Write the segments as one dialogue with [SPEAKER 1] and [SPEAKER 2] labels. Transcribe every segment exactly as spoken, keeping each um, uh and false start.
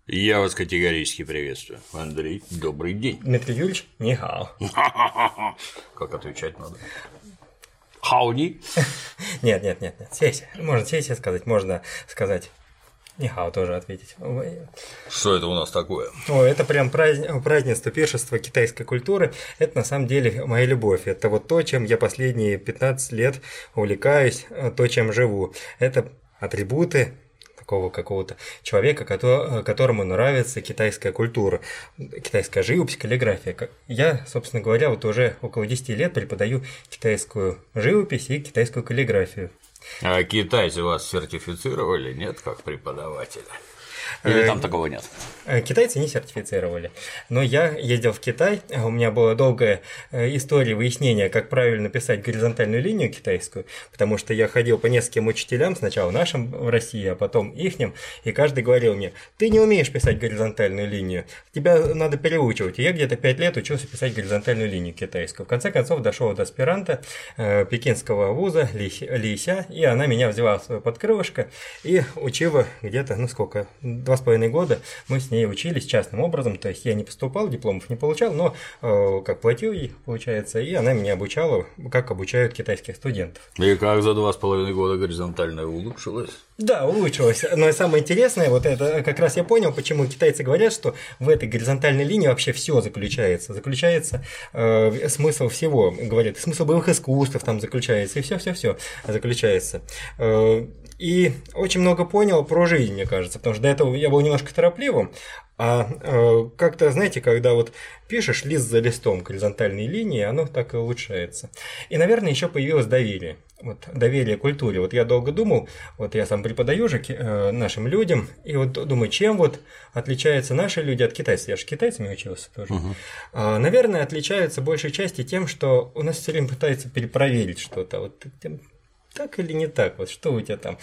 [SPEAKER 1] Я вас категорически приветствую. Андрей, добрый день.
[SPEAKER 2] Дмитрий Юрьевич, ни хао.
[SPEAKER 1] Как отвечать надо? Хауди?
[SPEAKER 2] Нет, нет, нет, нет. Сессия. Можно сессия сказать, можно сказать. Ни хао тоже ответить.
[SPEAKER 1] Что это у нас такое?
[SPEAKER 2] О, это прям праздник, празднество, пиршество китайской культуры. Это на самом деле моя любовь. Это вот то, чем я последние пятнадцать лет увлекаюсь, то, чем живу. Это атрибуты такого какого-то человека, которому нравится китайская культура, китайская живопись, каллиграфия. Я, собственно говоря, вот уже около десяти лет преподаю китайскую живопись и китайскую каллиграфию.
[SPEAKER 1] А китайцы вас сертифицировали, нет, как преподавателя? Или там такого нет?
[SPEAKER 2] Китайцы не сертифицировали. Но я ездил в Китай, у меня была долгая история выяснения, как правильно писать горизонтальную линию китайскую, потому что я ходил по нескольким учителям, сначала нашим в России, а потом ихним, и каждый говорил мне: ты не умеешь писать горизонтальную линию, тебя надо переучивать. И я где-то пять лет учился писать горизонтальную линию китайскую. В конце концов дошел до аспиранта э, пекинского вуза Ли, Ли Ся, и она меня взяла в свое подкрылышко и учила где-то, ну сколько, два с половиной года мы с ней учились частным образом, то есть я не поступал, дипломов не получал, но э, как платил ей, получается, и она меня обучала, как обучают китайских студентов.
[SPEAKER 1] И как за два с половиной года горизонтальная улучшилась?
[SPEAKER 2] Да, улучшилось. Но самое интересное, вот это как раз я понял, почему китайцы говорят, что в этой горизонтальной линии вообще все заключается. Заключается э, смысл всего, говорят, смысл боевых искусств там заключается, и все-все-все заключается. Э, и очень много понял про жизнь, мне кажется, потому что до этого я был немножко торопливым, а э, как-то, знаете, когда вот пишешь лист за листом горизонтальной линии, оно так и улучшается. И, наверное, еще появилось доверие. Вот доверие к культуре. Вот я долго думал, вот я сам преподаю же э, нашим людям, и вот думаю, чем вот отличаются наши люди от китайцев. Я же китайцами учился тоже. Uh-huh. А, наверное, отличаются большей части тем, что у нас все время пытаются перепроверить что-то. Вот так или не так, вот что у тебя там.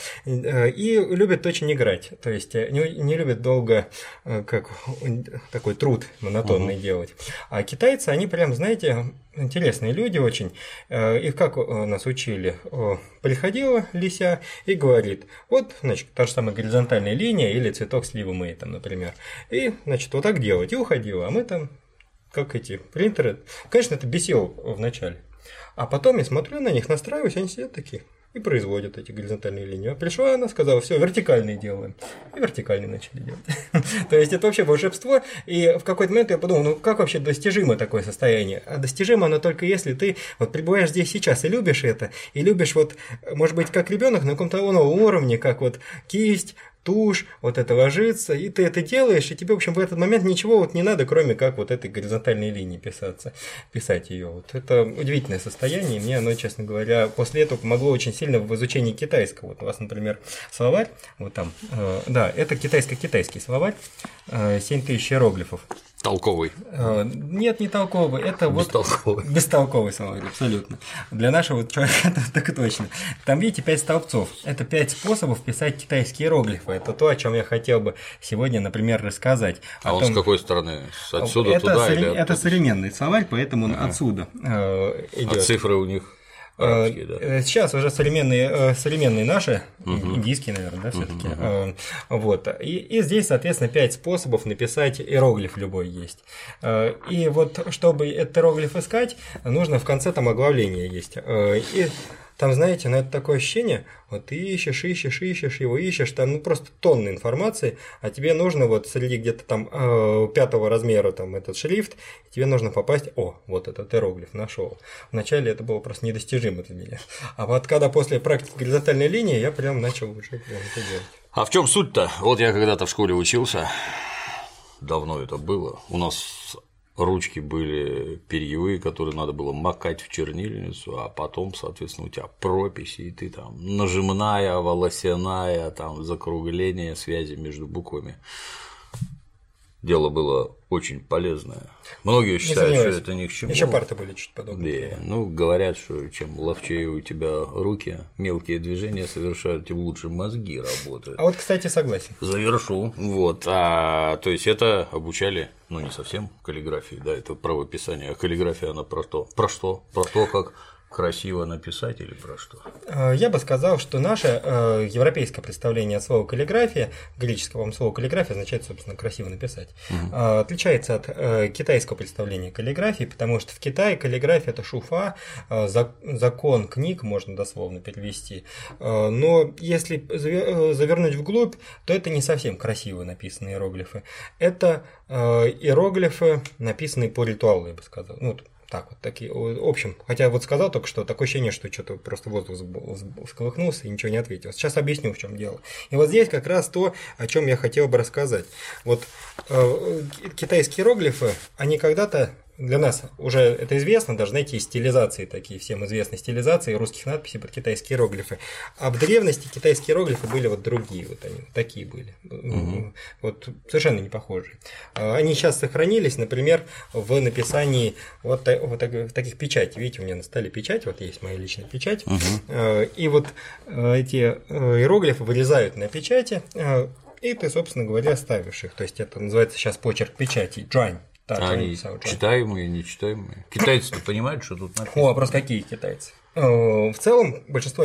[SPEAKER 2] И любят очень играть, то есть не, не любят долго как такой труд монотонный uh-huh. делать. А китайцы, они прям, знаете, интересные люди очень. Их как нас учили? Приходила Ли Ся и говорит: вот, значит, та же самая горизонтальная линия или цветок сливы Мэй, там, например. И, значит, вот так делать. И уходила. А мы там, как эти принтеры. Конечно, это бесило вначале. А потом я смотрю на них, настраиваюсь, они сидят такие и производят эти горизонтальные линии. Пришла она, сказала: все, вертикальные делаем. И вертикальные начали делать. То есть это вообще волшебство. И в какой-то момент я подумал, ну как вообще достижимо такое состояние? А достижимо оно только если ты вот пребываешь здесь сейчас и любишь это, и любишь вот, может быть, как ребенок на каком-то новом уровне, как вот кисть, тушь, вот это ложится, и ты это делаешь, и тебе, в общем, в этот момент ничего вот не надо, кроме как вот этой горизонтальной линии писаться, писать ее. Вот это удивительное состояние, и мне оно, честно говоря, после этого помогло очень сильно в изучении китайского. Вот у вас, например, словарь, вот там, э, да, это китайско-китайский словарь, э, семь тысяч иероглифов.
[SPEAKER 1] Толковый.
[SPEAKER 2] Нет, не толковый, это
[SPEAKER 1] бестолковый.
[SPEAKER 2] Вот бестолковый словарь, абсолютно. Для нашего человека так точно. Там, видите, пять столбцов. Это пять способов писать китайские иероглифы. Это то, о чем я хотел бы сегодня, например, рассказать.
[SPEAKER 1] А он том... с какой стороны? Отсюда
[SPEAKER 2] это
[SPEAKER 1] туда
[SPEAKER 2] совре...
[SPEAKER 1] или оттуда?
[SPEAKER 2] Это современный словарь, поэтому он ага. отсюда э, идет.
[SPEAKER 1] А цифры у них? Арабские, да.
[SPEAKER 2] Сейчас уже современные, современные наши, угу. индийские, наверное, да, все-таки. Угу. Вот. И, и здесь, соответственно, пять способов написать иероглиф любой есть. И вот, чтобы этот иероглиф искать, нужно в конце там оглавление есть. И там, знаете, ну, это такое ощущение, вот ты ищешь, ищешь, ищешь, его ищешь, там ну просто тонны информации, а тебе нужно вот среди где-то там э, пятого размера там этот шрифт, и тебе нужно попасть, о, вот этот иероглиф нашел. Вначале это было просто недостижимо для меня. А вот когда после практики горизонтальной линии, я прям начал уже прям это делать.
[SPEAKER 1] А в чем суть-то? Вот я когда-то в школе учился, давно это было, у нас ручки были перьевые, которые надо было макать в чернильницу, а потом, соответственно, у тебя прописи, и ты там нажимная, волосяная, там закругление связи между буквами. Дело было очень полезное. Многие считают, что это ни к чему.
[SPEAKER 2] Еще парты были чуть подобные.
[SPEAKER 1] Да. Ну, говорят, что чем ловчее у тебя руки, мелкие движения совершают, тем лучше мозги работают.
[SPEAKER 2] А вот, кстати, согласен.
[SPEAKER 1] Завершу. Вот. А, то есть это обучали, ну, не совсем каллиграфии, да, это правописание. А каллиграфия, она про что? Про что? Про то, как красиво написать или про что?
[SPEAKER 2] Я бы сказал, что наше э, европейское представление от слова каллиграфия, греческого слова каллиграфия означает, собственно, красиво написать, угу. э, отличается от э, китайского представления каллиграфии, потому что в Китае каллиграфия – это шуфа, э, закон книг, можно дословно перевести. Э, но если завернуть вглубь, то это не совсем красиво написанные иероглифы. Это э, иероглифы, написанные по ритуалу, я бы сказал. Ну, так вот, такие, в общем, хотя вот сказал только что, такое ощущение, что что-то просто воздух всколыхнулся и ничего не ответил. Сейчас объясню, в чем дело. И вот здесь как раз то, о чем я хотел бы рассказать. Вот э, китайские иероглифы, они когда-то, для нас уже это известно, даже, знаете, есть стилизации такие, всем известны стилизации русских надписей под китайские иероглифы. А в древности китайские иероглифы были вот другие, вот они, такие были, угу. вот совершенно не похожие. Они сейчас сохранились, например, в написании вот, вот таких печатей. Видите, у меня на столе печать, вот есть моя личная печать, угу. и вот эти иероглифы вырезают на печати, и ты, собственно говоря, ставишь их. То есть это называется сейчас почерк печати, джань.
[SPEAKER 1] А они читаемые, нечитаемые. Китайцы-то понимают, что тут написано?
[SPEAKER 2] О, вопрос, какие китайцы? В целом, большинство.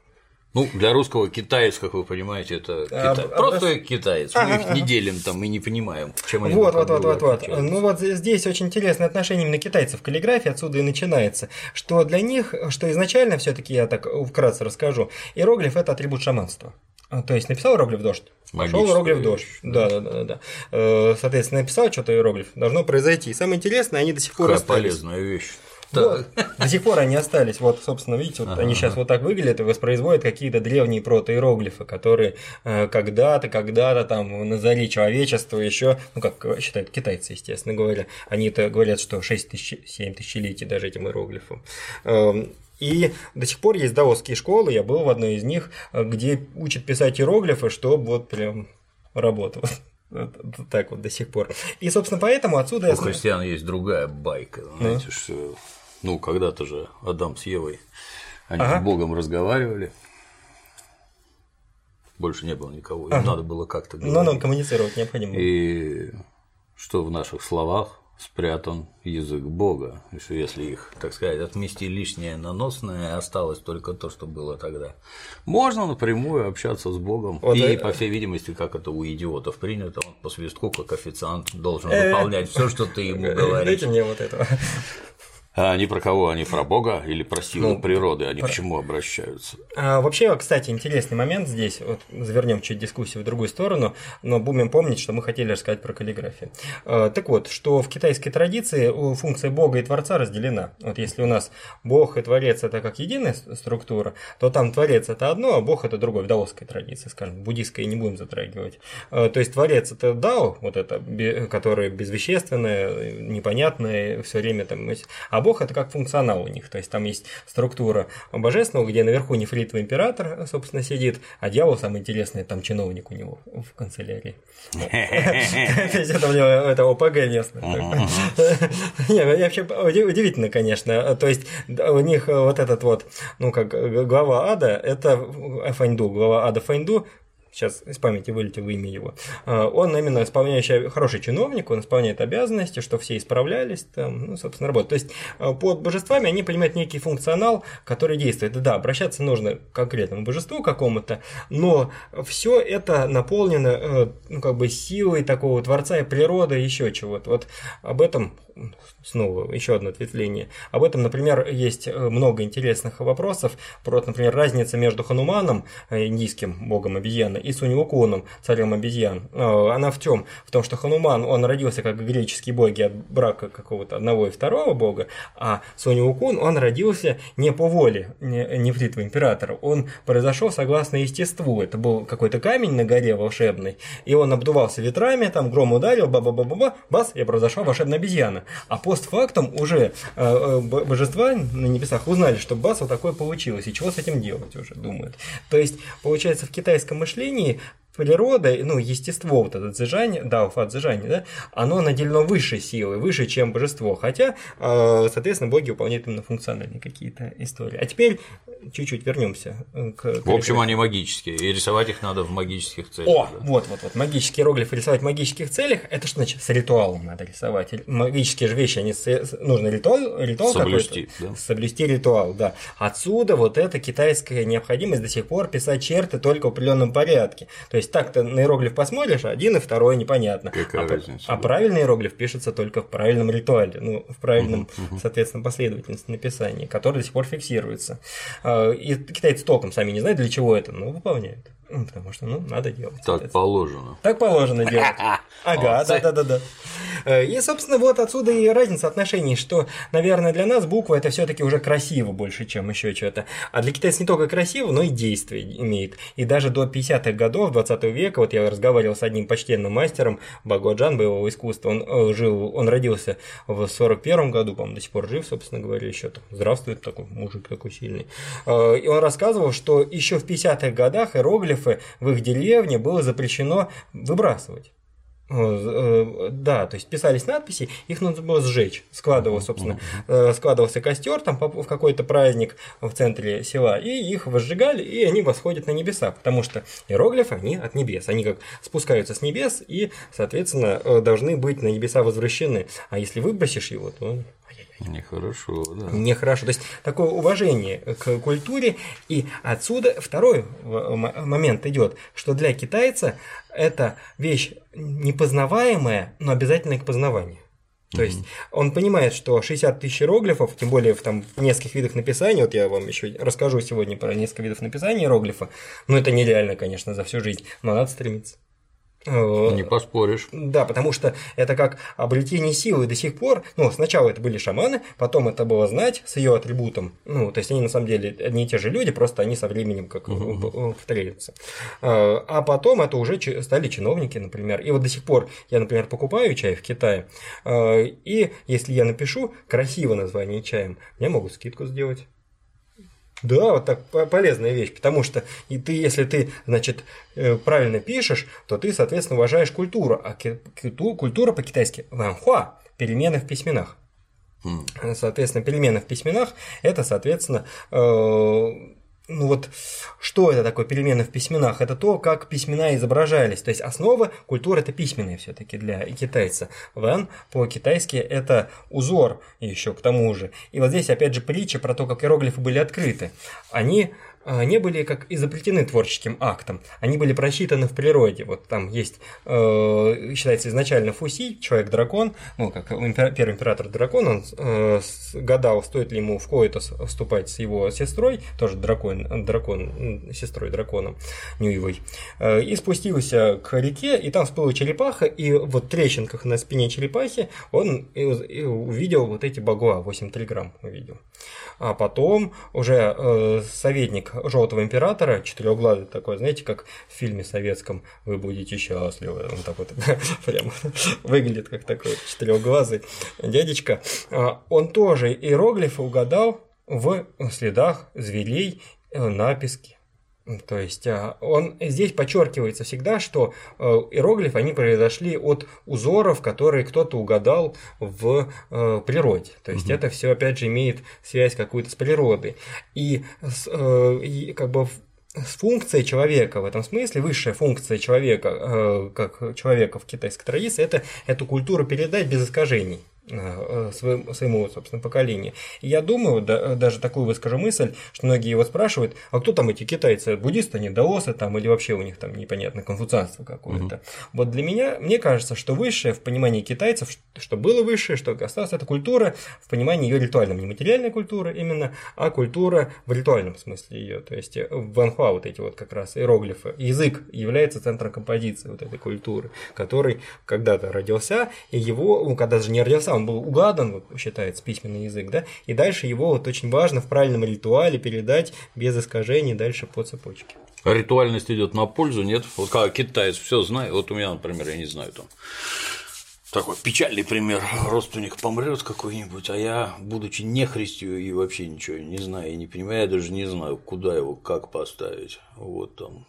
[SPEAKER 1] Ну, для русского китаец, как вы понимаете, это китай. а, просто а... китаец. Мы ага, их не делим там и не понимаем, чем они.
[SPEAKER 2] Вот, вот, вот, вот, вот. Ну вот здесь очень интересное отношение именно китайцев к каллиграфии, отсюда и начинается. Что для них, что изначально все-таки я так вкратце расскажу, иероглиф это атрибут шаманства. То есть написал иероглиф дождь, пошел иероглиф дождь. Да, да, да, да. Соответственно, написал что-то иероглиф, должно произойти. И самое интересное, они до сих пор
[SPEAKER 1] Какая
[SPEAKER 2] остались.
[SPEAKER 1] Полезная вещь.
[SPEAKER 2] Вот, до сих пор они остались. Вот, собственно, видите, вот ага, они сейчас ага. вот так выглядят и воспроизводят какие-то древние протоиероглифы, которые э, когда-то, когда-то там на заре человечества еще, ну как считают китайцы, естественно говоря, они-то говорят, что шесть тысяч, семь тысячелетий даже этим иероглифам. Эм, И до сих пор есть даосские школы, я был в одной из них, где учат писать иероглифы, чтобы вот прям работало. Так вот до сих пор. И, собственно, поэтому отсюда…
[SPEAKER 1] У христиан есть другая байка, знаете, ну. что… Ну, когда-то же Адам с Евой, они ага. с Богом разговаривали, больше не было никого, им ага. надо было как-то говорить.
[SPEAKER 2] Но нам коммуницировать необходимо.
[SPEAKER 1] И что в наших словах спрятан язык Бога, и что если их, так сказать, отмести лишнее наносное, осталось только то, что было тогда. Можно напрямую общаться с Богом, вот и, это... по всей видимости, как это у идиотов принято, он по свистку, как официант, должен выполнять все, что ты ему говоришь.
[SPEAKER 2] Дайте мне вот этого.
[SPEAKER 1] А они про кого? Они про Бога или про силу ну, природы? Они про... к чему обращаются?
[SPEAKER 2] А, вообще, кстати, интересный момент здесь. Вот завернем чуть дискуссию в другую сторону, но будем помнить, что мы хотели рассказать про каллиграфию. А, так вот, что в китайской традиции функция Бога и Творца разделена. Вот если у нас Бог и Творец это как единая структура, то там Творец это одно, а Бог это другое. В даосской традиции, скажем, буддийской не будем затрагивать. А, то есть Творец это дао, вот это, которое безвещественное, непонятное, все время там. А Бог это как функционал у них, то есть там есть структура божественного, где наверху нефритовый император, собственно, сидит, а дьявол, самое интересное, там чиновник у него в канцелярии. То есть это у него это ОПГ местное. Не, вообще удивительно, конечно, то есть у них вот этот вот, ну как глава ада, это Фэнду, глава ада Фэнду, сейчас из памяти вылетело имя его, он именно исполняющий, хороший чиновник, он исполняет обязанности, что все исправлялись, там, ну, собственно, работает. То есть под божествами они понимают некий функционал, который действует. Да, обращаться нужно к конкретному божеству какому-то, но все это наполнено, ну, как бы силой такого творца и природы, еще чего-то. Вот об этом снова еще одно ответвление. Об этом, например, есть много интересных вопросов про, например, разницу между Хануманом, индийским богом обезьяны, и Сунь-Вуконом, царем обезьян. Она в чем? В том, что Хануман, он родился как греческие боги от брака какого-то одного и второго бога, а Сунь-Вукон, он родился не по воле нефритового императора, он произошел согласно естеству. Это был какой-то камень на горе волшебный, и он обдувался ветрами, там гром ударил, ба-ба-ба-ба-ба, бас, и произошла волшебная обезьяна. А постфактум уже э, божества на небесах узнали, что бас вот такое получилось, и чего с этим делать уже думают. То есть, получается, в китайском мышлении природа, ну, естество, вот это дзижань, дао, фа, дзижань, да, оно наделено высшей силой, выше, чем божество, хотя, соответственно, боги выполняют именно функциональные какие-то истории. А теперь чуть-чуть вернемся к…
[SPEAKER 1] В общем, они магические, и рисовать их надо в магических целях.
[SPEAKER 2] О,
[SPEAKER 1] да?
[SPEAKER 2] вот, вот, вот, магические иероглифы рисовать в магических целях, это что значит? С ритуалом надо рисовать. Магические же вещи, они с… нужно ритуал, ритуал
[SPEAKER 1] соблюсти,
[SPEAKER 2] какой-то.
[SPEAKER 1] Да?
[SPEAKER 2] Соблюсти ритуал, да. Отсюда вот эта китайская необходимость до сих пор писать черты только в определенном порядке. То есть так-то на иероглиф посмотришь, один и второй непонятно.
[SPEAKER 1] Какая
[SPEAKER 2] а,
[SPEAKER 1] разница?
[SPEAKER 2] А правильный иероглиф пишется только в правильном ритуале, ну, в правильном, uh-huh, uh-huh. соответственно, последовательности написания, который до сих пор фиксируется. И китайцы толком сами не знают, для чего это, но выполняют. Потому что, ну, надо делать.
[SPEAKER 1] Так положено.
[SPEAKER 2] Так положено делать. Ага, да-да-да. И, собственно, вот отсюда и разница отношений, что, наверное, для нас буква это все-таки уже красиво больше, чем еще что-то. А для китайцев не только красиво, но и действие имеет. И даже до пятидесятых годов двадцатого века, вот я разговаривал с одним почтенным мастером Багуаджан боевого искусства, он жил, он родился в сорок первом году, по-моему, до сих пор жив, собственно говоря, еще там здравствует такой мужик такой сильный. И он рассказывал, что еще в пятидесятых годах иероглифы в их деревне было запрещено выбрасывать. Да, то есть писались надписи, их нужно было сжечь. Складывался, собственно, складывался костер там в какой-то праздник в центре села, и их возжигали, и они восходят на небеса, потому что иероглифы, они от небес, они как спускаются с небес и, соответственно, должны быть на небеса возвращены. А если выбросишь его, то…
[SPEAKER 1] Нехорошо, да.
[SPEAKER 2] Нехорошо. То есть такое уважение к культуре. И отсюда второй момент идет, что для китайца это вещь непознаваемая, но обязательная к познаванию. То есть он понимает, что шестьдесят тысяч иероглифов, тем более в, там, в нескольких видах написания, вот я вам еще расскажу сегодня про несколько видов написания иероглифа, но это нереально, конечно, за всю жизнь, но надо стремиться.
[SPEAKER 1] Не поспоришь.
[SPEAKER 2] Да, потому что это как обретение силы до сих пор. Ну, сначала это были шаманы, потом это было знать с ее атрибутом. Ну, то есть они на самом деле одни и те же люди, просто они со временем как uh-huh. повторяются. А потом это уже стали чиновники, например. И вот до сих пор я, например, покупаю чай в Китае, и если я напишу красивое название чаем, мне могут скидку сделать. Да, вот так полезная вещь, потому что и ты, если ты, значит, правильно пишешь, то ты, соответственно, уважаешь культуру, а культура по-китайски ванхуа – перемены в письменах. Mm. Соответственно, перемены в письменах – это, соответственно, э, ну вот, что это такое перемены в письменах? Это то, как письмена изображались. То есть основа культуры – это письменные все-таки для китайца. Вэн по-китайски – это узор еще к тому же. И вот здесь опять же притча про то, как иероглифы были открыты. Они не были как изобретены творческим актом, они были просчитаны в природе. Вот там есть, э, считается изначально Фуси, человек-дракон, ну, как импер, первый император-дракон, он э, гадал, стоит ли ему в които вступать с его сестрой, тоже дракон, дракон сестрой драконом Нюевой, э, и спустился к реке, и там всплыла черепаха, и вот в трещинках на спине черепахи он и, и увидел вот эти багуа, восемь триграмм увидел. А потом уже э, советник Желтого императора, четырехглазый такой, знаете, как в фильме советском «Вы будете счастливы», он так вот прям выглядит как такой четырехглазый дядечка, он тоже иероглифы угадал в следах зверей на песке. То есть он здесь подчеркивается всегда, что иероглифы, они произошли от узоров, которые кто-то угадал в природе. То есть угу. это все опять же имеет связь какую-то с природой. И, и как бы с функцией человека в этом смысле, высшая функция человека, как человека в китайской традиции, это эту культуру передать без искажений своему, своему, собственно, поколению. И я думаю, да, даже такую выскажу мысль, что многие его спрашивают, а кто там эти китайцы, буддисты, они, даосы там, или вообще у них там непонятно конфуцианство какое-то. Угу. Вот для меня, мне кажется, что высшее в понимании китайцев, что было высшее, что осталось, это культура в понимании ее ритуальном, не материальная культура именно, а культура в ритуальном смысле ее. То есть ванхуа, вот эти вот как раз иероглифы, язык является центром композиции вот этой культуры, который когда-то родился, и его, ну, когда же не родился, он был угадан, вот, считается, письменный язык, да, и дальше его вот очень важно в правильном ритуале передать без искажений дальше по цепочке.
[SPEAKER 1] А ритуальность идет на пользу, нет? Вот как китаец все знает, вот у меня, например, я не знаю, там такой печальный пример, родственник помрет какой-нибудь, а я, будучи нехристью и вообще ничего не знаю и не понимаю, я даже не знаю, куда его, как поставить, вот там.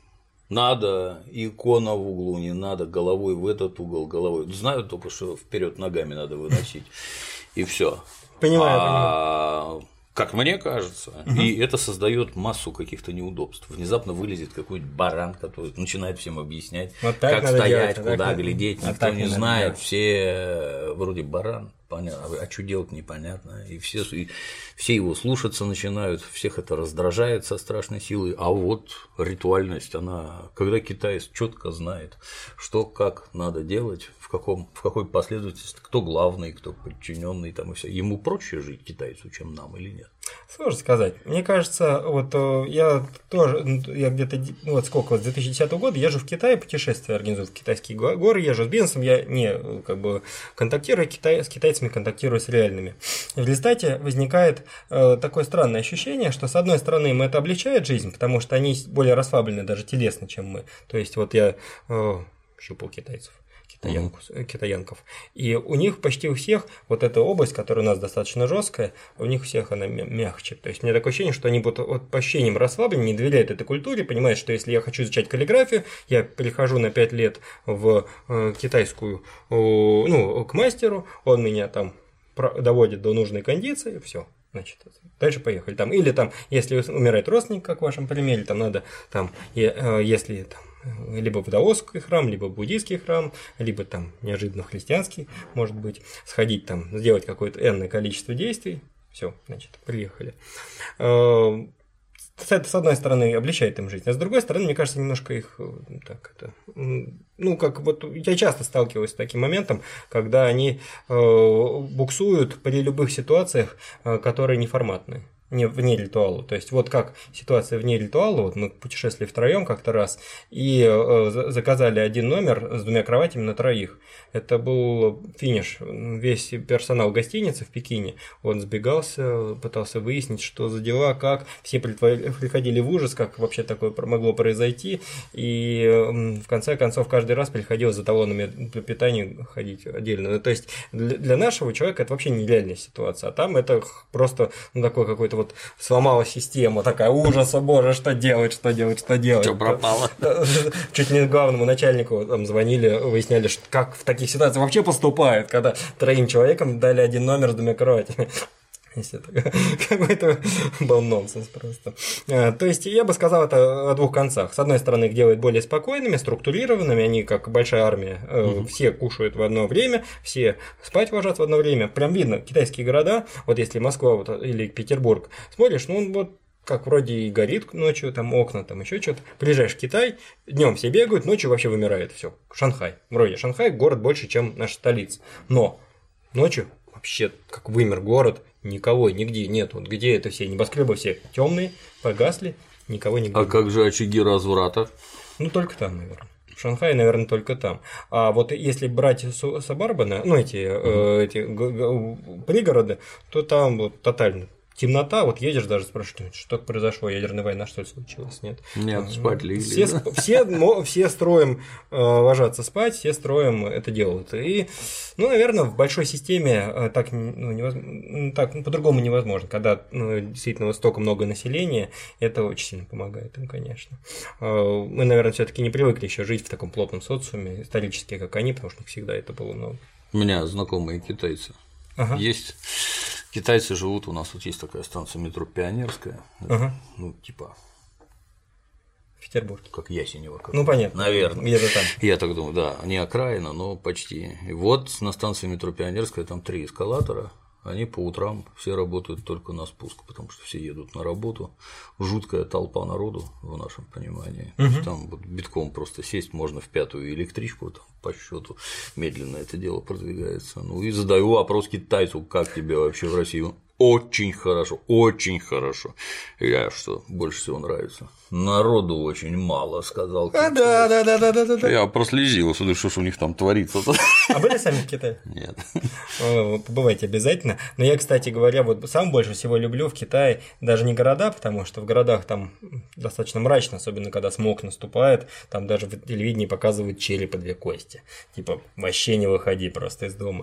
[SPEAKER 1] Надо, икона в углу, не надо, головой в этот угол, головой. Знаю только, что вперед ногами надо выносить. И все.
[SPEAKER 2] Понимаю,
[SPEAKER 1] а,
[SPEAKER 2] понимаю.
[SPEAKER 1] Как мне кажется, угу. И это создает массу каких-то неудобств. Внезапно вылезет какой-нибудь баран, который начинает всем объяснять, вот как стоять, делать, куда глядеть, никто а не знает, все вроде баран. Понятно, а что делать непонятно, и все, и все его слушаться начинают, всех это раздражает со страшной силой, а вот ритуальность, она, когда китаец четко знает, что как надо делать, в, каком, в какой последовательности, кто главный, кто подчиненный, там и все, ему проще жить китайцу, чем нам, или нет?
[SPEAKER 2] Сложно сказать. Мне кажется, вот я тоже, я где-то, ну, вот сколько, вот с две тысячи десятого года езжу в Китай, путешествия организую в китайские горы, езжу с бизнесом, я не как бы контактирую с китайцами, контактирую с реальными. И в результате возникает э, такое странное ощущение, что с одной стороны им это облегчает жизнь, потому что они более расслаблены даже телесно, чем мы. То есть вот я э, щупал китайцев. Китаянку, китаянков. И у них почти у всех вот эта область, которая у нас достаточно жесткая, у них у всех она мягче. То есть, у меня такое ощущение, что они вот, вот по ощущениям расслаблены, не доверяют этой культуре, понимают, что если я хочу изучать каллиграфию, я перехожу на пять лет в э, китайскую, э, ну, к мастеру, он меня там доводит до нужной кондиции, все. Значит, дальше поехали. Там, или там, если умирает родственник, как в вашем примере, там надо, там, э, если там, либо в даосский храм, либо в буддийский храм, либо там неожиданно в христианский, может быть, сходить там, сделать какое-то энное количество действий, все, значит, приехали. Это, с одной стороны, облегчает им жизнь, а с другой стороны, мне кажется, немножко их так это, ну, как вот я часто сталкиваюсь с таким моментом, когда они буксуют при любых ситуациях, которые неформатные. Не, вне ритуала. То есть, вот как ситуация вне ритуала, вот мы путешествовали втроем как-то раз и э, заказали один номер с двумя кроватями на троих. Это был финиш. Весь персонал гостиницы в Пекине, он сбегался, пытался выяснить, что за дела, как. Все приходили в ужас, как вообще такое могло произойти. И э, в конце концов, каждый раз приходилось за талонами питания ходить отдельно. То есть, для, для нашего человека это вообще нереальная ситуация. А там это просто ну, такой какой-то вот сломала система, такая ужаса, боже, что делать, что делать, что делать.
[SPEAKER 1] Что пропало?
[SPEAKER 2] Чуть не главному начальнику там звонили, выясняли, что как в таких ситуациях вообще поступают, когда троим человекам дали один номер с двумя кроватями. Какой-то был нонсенс просто. То есть, я бы сказал, это о двух концах. С одной стороны, их делают более спокойными, структурированными, они как большая армия, угу. Все кушают в одно время, все спать ложатся в одно время. Прям видно, китайские города, вот если Москва вот, или Петербург, смотришь, ну он вот как вроде и горит ночью, там окна, там еще что-то. Приезжаешь в Китай, днем все бегают, ночью вообще вымирает все. Шанхай. Вроде Шанхай город больше, чем наша столица. Но ночью вообще как вымер город, никого нигде нет. Вот где это все небоскребы все темные, погасли, никого нигде.
[SPEAKER 1] А как же очаги разврата?
[SPEAKER 2] Ну только там, наверное. В Шанхае, наверное, только там. А вот если брать Сабарбана, ну эти, mm-hmm. э, эти г- г- пригороды, то там вот тотально темнота, вот едешь даже спрашиваешь, что произошло, ядерная война, что ли, случилось, нет?
[SPEAKER 1] Нет, спать легли.
[SPEAKER 2] Все, да? все, все строим э, ложатся спать, все строим это делают. И, ну, наверное, в большой системе так, ну, невозможно, так ну, по-другому невозможно. Когда ну, действительно столько много населения, это очень сильно помогает им, конечно. Э, мы, наверное, все-таки не привыкли еще жить в таком плотном социуме, исторически, как они, потому что всегда это было много.
[SPEAKER 1] У меня знакомые китайцы. Ага. Есть. Китайцы живут, у нас вот есть такая станция метро Пионерская, ага. Ну, типа.
[SPEAKER 2] В Петербурге.
[SPEAKER 1] Как Ясенево. Как
[SPEAKER 2] ну, понятно.
[SPEAKER 1] Наверное.
[SPEAKER 2] Где-то там.
[SPEAKER 1] Я так думаю, да, не окраина, но почти. И вот на станции метро Пионерская там три эскалатора, они по утрам все работают только на спуск, потому что все едут на работу. Жуткая толпа народу, в нашем понимании. Угу. Там вот битком просто сесть можно в пятую электричку, там, по счету медленно это дело продвигается. Ну и задаю вопрос китайцу, как тебе вообще в России? Очень хорошо, очень хорошо. Я что, больше всего нравится? Народу очень мало, сказал.
[SPEAKER 2] А, да, да, да, да, да, да.
[SPEAKER 1] Я прослезился, да что ж у них там творится.
[SPEAKER 2] А были сами в Китае?
[SPEAKER 1] Нет.
[SPEAKER 2] Побывайте обязательно. Но я, кстати говоря, вот сам больше всего люблю в Китае даже не города, потому что в городах там достаточно мрачно, особенно когда смог наступает, там даже в телевидении показывают черепа две кости. Типа, вообще не выходи просто из дома.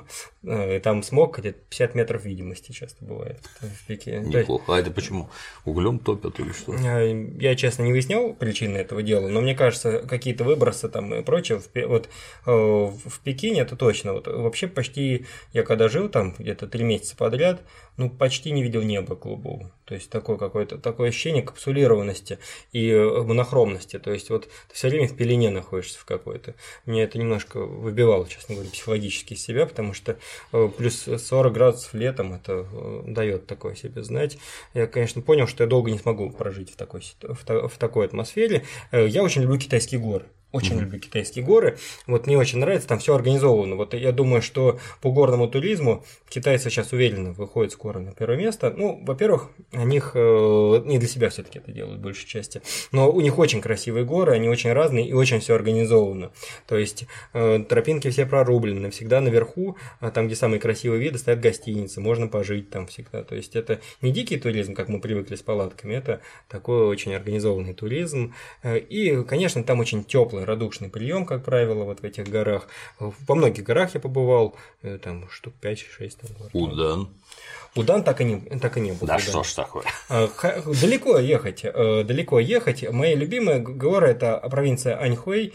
[SPEAKER 2] И там смог где-то пятьдесят метров видимости часто бывает в Пекине.
[SPEAKER 1] Неплохо. А это почему? Углем топят или что?
[SPEAKER 2] Я, честно, не выяснял причины этого дела, но мне кажется, какие-то выбросы там и прочее, вот в Пекине это точно. Вот, вообще почти, я когда жил там где-то три месяца подряд, ну, почти не видел неба голубого. То есть такое какое-то такое ощущение капсулированности и монохромности. То есть вот ты все время в пелене находишься в какой-то. Меня это немножко выбивало, честно говоря, психологически из себя, потому что плюс сорок градусов летом это дает такое себе знать. Я, конечно, понял, что я долго не смогу прожить в такой, в, в такой атмосфере. Я очень люблю китайские горы. Очень mm-hmm. люблю китайские горы. Вот мне очень нравится, там все организовано. Вот я думаю, что по горному туризму китайцы сейчас уверенно выходят скоро на первое место. Ну, во-первых, у них э, не для себя все-таки это делают в большей части. Но у них очень красивые горы, они очень разные и очень все организовано. То есть э, тропинки все прорублены, всегда наверху, там, где самые красивые виды, стоят гостиницы, можно пожить там всегда. То есть это не дикий туризм, как мы привыкли с палатками, это такой очень организованный туризм. И, конечно, там очень теплый радушный прием, как правило, вот в этих горах. Во многих горах я побывал, там штук пять-шесть.
[SPEAKER 1] Удан.
[SPEAKER 2] Удан так и не, так и не был.
[SPEAKER 1] Да что ж такое.
[SPEAKER 2] Далеко ехать, далеко ехать. Мои любимые горы – это провинция Аньхуэй,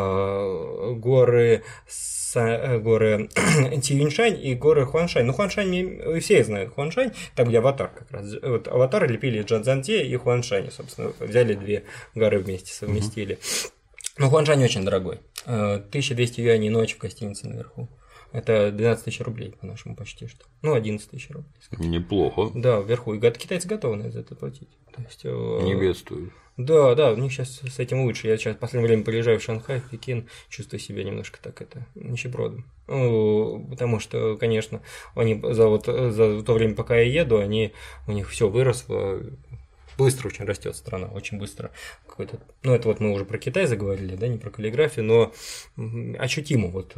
[SPEAKER 2] горы горы Тиюньшань и горы Хуаншань. Ну, Хуаншань все знают. Хуаншань, там, где Аватар как раз. Вот Аватар лепили Джанцзянте и Хуаншань, собственно, взяли две горы вместе, совместили. Mm-hmm. Ну, Хуаншань очень дорогой. тысяча двести юаней ночь в гостинице наверху. Это двенадцать тысяч рублей, по-нашему, почти что. Ну, одиннадцать тысяч рублей.
[SPEAKER 1] Неплохо.
[SPEAKER 2] Да, вверху. И китайцы готовы за это платить. То есть,
[SPEAKER 1] не бедствуют.
[SPEAKER 2] Да, да, у них сейчас с этим лучше. Я сейчас в последнее время приезжаю в Шанхай, в Пекин, чувствую себя немножко так это нищебродом. Ну, потому что, конечно, они за, вот, за то время, пока я еду, они, у них все выросло. Быстро очень растет страна, очень быстро. Какой-то, ну, это вот мы уже про Китай заговорили, да, не про каллиграфию, но ощутимо. Вот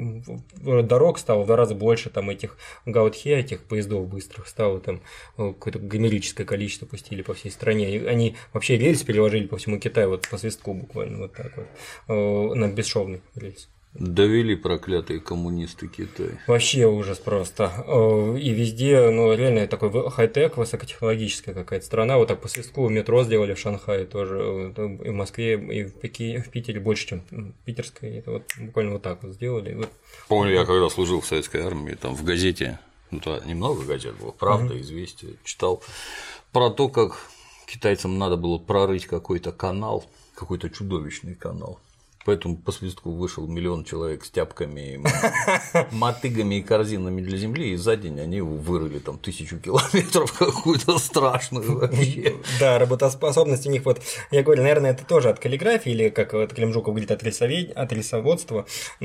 [SPEAKER 2] дорог стало в два раза больше, там этих гаутхе, этих поездов быстрых стало там какое-то гомерическое количество пустили по всей стране. И они вообще рельс переложили по всему Китаю, вот по свистку буквально, вот так вот, на бесшовный рельс.
[SPEAKER 1] Довели проклятые коммунисты Китай.
[SPEAKER 2] Вообще ужас просто. И везде, ну, реально такой хай-тек, высокотехнологическая какая-то страна. Вот так по свистку метро сделали в Шанхае тоже, и в Москве, и в, Пеки, в Питере больше, чем в питерской. Это вот буквально вот так вот сделали. Вот.
[SPEAKER 1] Помню, я когда служил в советской армии, там в газете, ну, то немного газет было, «Правда», uh-huh. «Известия», читал про то, как китайцам надо было прорыть какой-то канал, какой-то чудовищный канал. Поэтому по свистку вышел миллион человек с тяпками, мотыгами и корзинами для земли, и за день они его вырыли там тысячу километров какую-то страшную вообще.
[SPEAKER 2] Да, работоспособность у них вот, я говорю, наверное, это тоже от каллиграфии, или как вот Клим Жуков говорит, от рисоводства,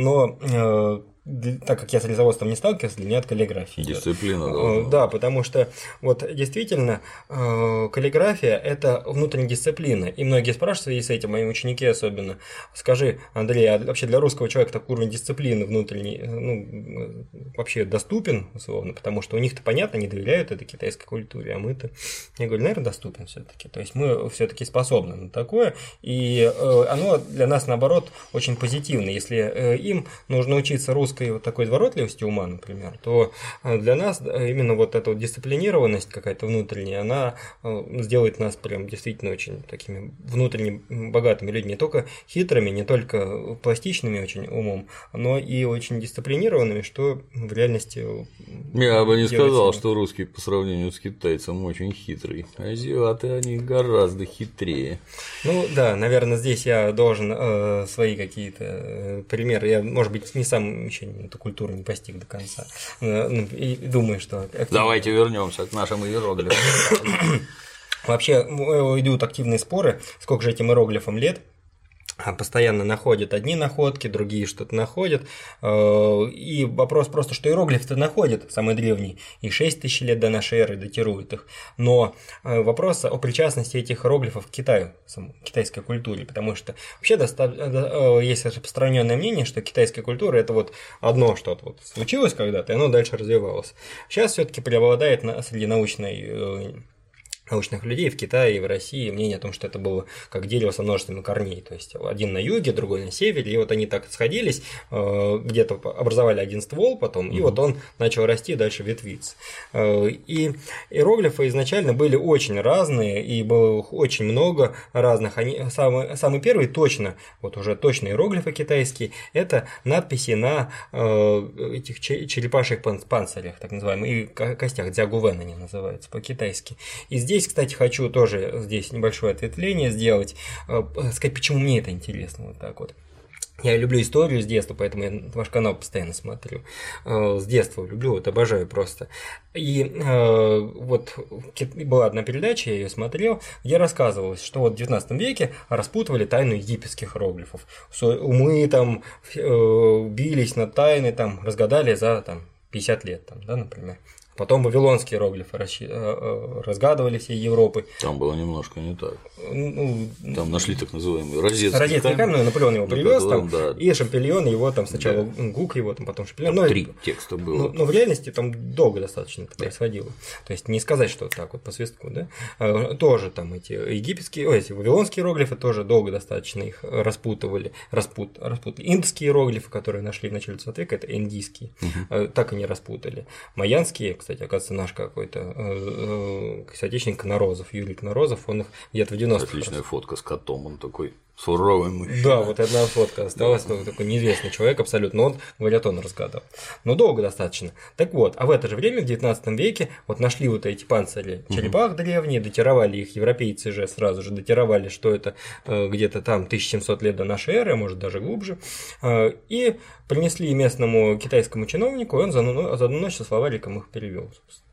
[SPEAKER 2] но так как я с рисоводством не сталкивался, для меня это каллиграфия.
[SPEAKER 1] Дисциплина должна.
[SPEAKER 2] Да, потому что вот действительно каллиграфия – это внутренняя дисциплина. И многие спрашивают в связи с этим, мои ученики особенно, скажи, Андрей, а вообще для русского человека такой уровень дисциплины внутренней, ну, вообще доступен, условно, потому что у них-то понятно, они доверяют этой китайской культуре, а мы-то, я говорю, наверное, доступен все-таки. То есть мы все-таки способны на такое, и оно для нас, наоборот, очень позитивно. Если им нужно учиться русскому, вот такой изворотливости ума, например, то для нас именно вот эта вот дисциплинированность какая-то внутренняя, она сделает нас прям действительно очень такими внутренне богатыми людьми, не только хитрыми, не только пластичными очень умом, но и очень дисциплинированными, что в реальности…
[SPEAKER 1] Я бы не сказал, что русский по сравнению с китайцем очень хитрый, азиаты они гораздо хитрее.
[SPEAKER 2] Ну да, наверное, здесь я должен э, свои какие-то э, примеры, я, может быть, не сам еще эту культуру не постиг до конца. И думаю, что…
[SPEAKER 1] Давайте вернемся к нашим иероглифам.
[SPEAKER 2] Вообще идут активные споры, сколько же этим иероглифам лет. Постоянно находят одни находки, другие что-то находят. И вопрос просто, что иероглифы-то находят, самые древние, и шесть тысяч лет до нашей эры датируют их. Но вопрос о причастности этих иероглифов к Китаю, к китайской культуре, потому что вообще есть распространенное мнение, что китайская культура – это вот одно что-то вот случилось когда-то, и оно дальше развивалось. Сейчас все-таки преобладает среди научной научных людей в Китае и в России мнение о том, что это было как дерево со множеством корней, то есть один на юге, другой на севере, и вот они так сходились, где-то образовали один ствол потом, и mm-hmm. вот он начал расти, дальше ветвиться. И иероглифы изначально были очень разные, и было очень много разных. Они, самый, самый первый точно, вот уже точно иероглифы китайские, это надписи на этих черепашьих панцирях, так называемых, и костях, дзягувэн они называются по-китайски. И здесь Здесь, кстати, хочу тоже здесь небольшое ответвление сделать, сказать, почему мне это интересно, вот так вот. Я люблю историю с детства, поэтому я ваш канал постоянно смотрю. С детства люблю, вот обожаю просто. И э, вот была одна передача, я ее смотрел, где рассказывалось, что вот в девятнадцатом веке распутывали тайну египетских иероглифов. Умы там э, бились над тайной, там, разгадали за там, пятьдесят лет, там, да, например. Потом вавилонские иероглифы разгадывали всей Европы.
[SPEAKER 1] Там было немножко не так. Ну, там нашли так называемый розетский
[SPEAKER 2] камень. Розетский камень, ну, Наполеон его привез, там,
[SPEAKER 1] да.
[SPEAKER 2] И Шампильон его там сначала да. Гук его, там потом Шампильон.
[SPEAKER 1] Там но, три текста было.
[SPEAKER 2] Но, но в реальности там долго достаточно это происходило. То есть не сказать, что так вот по свистку, да. Тоже там эти египетские, ой, эти вавилонские иероглифы тоже долго достаточно их распутывали. Распут, распутали. Индские иероглифы, которые нашли в начале двадцатого века, это индийские. Угу. Так и не распутали. Майянские, кстати, оказывается, наш какой-то э, э, соотечественник Конорозов, Юрий Конорозов, он их где-то в девяностых.
[SPEAKER 1] Отличная раз. Фотка с котом, он такой суровый мужчина.
[SPEAKER 2] Да, вот одна фотка осталась, да. Такой неизвестный человек абсолютно, но он, говорят, он разгадал. Но долго достаточно. Так вот, а в это же время, в девятнадцатом веке, вот нашли вот эти панцири черепах угу. древние, датировали их, европейцы же сразу же датировали, что это э, где-то там тысяча семьсот лет до нашей эры, может даже глубже, э, и принесли местному китайскому чиновнику, и он за одну, за одну ночь со словариком их перевел, собственно.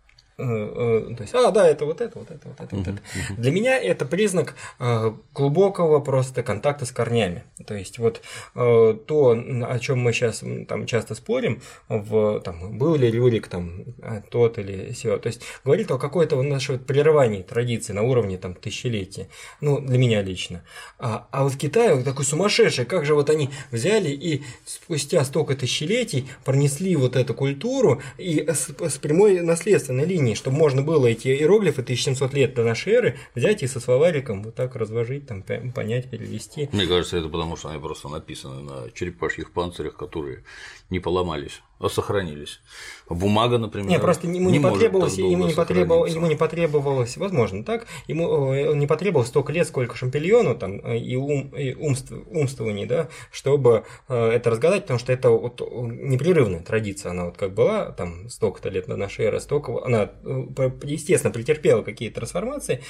[SPEAKER 2] То есть, а, да, это вот это, вот это, вот это, вот это. Uh-huh. Для меня это признак глубокого просто контакта с корнями. То есть, вот то, о чем мы сейчас там часто спорим, в, там, был ли Рюрик там тот или сё, то есть, говорит о какой-то нашей прерывании традиции на уровне там тысячелетия. Ну, для меня лично. А, а вот в Китае вот такой сумасшедший, как же вот они взяли и спустя столько тысячелетий пронесли вот эту культуру и с, с прямой наследственной линией, чтобы можно было эти иероглифы тысяча семьсот лет до нашей эры взять и со словариком вот так разложить, там, понять, перевести.
[SPEAKER 1] Мне кажется, это потому, что они просто написаны на черепашьих панцирях, которые не поломались, а сохранились. Бумага, например.
[SPEAKER 2] Нет, просто ему не, не потребовалось, ему не потребовалось, ему не потребовалось, возможно, так, ему не потребовалось столько лет, сколько Шампильону там и, ум, и умств, умствований, да, чтобы это разгадать, потому что это вот непрерывная традиция, она вот как была там столько-то лет до нашей эры, столько, она, естественно, претерпела какие-то трансформации,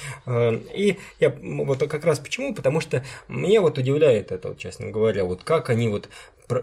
[SPEAKER 2] и я вот как раз почему, потому что мне вот удивляет это, вот, честно говоря, вот как они вот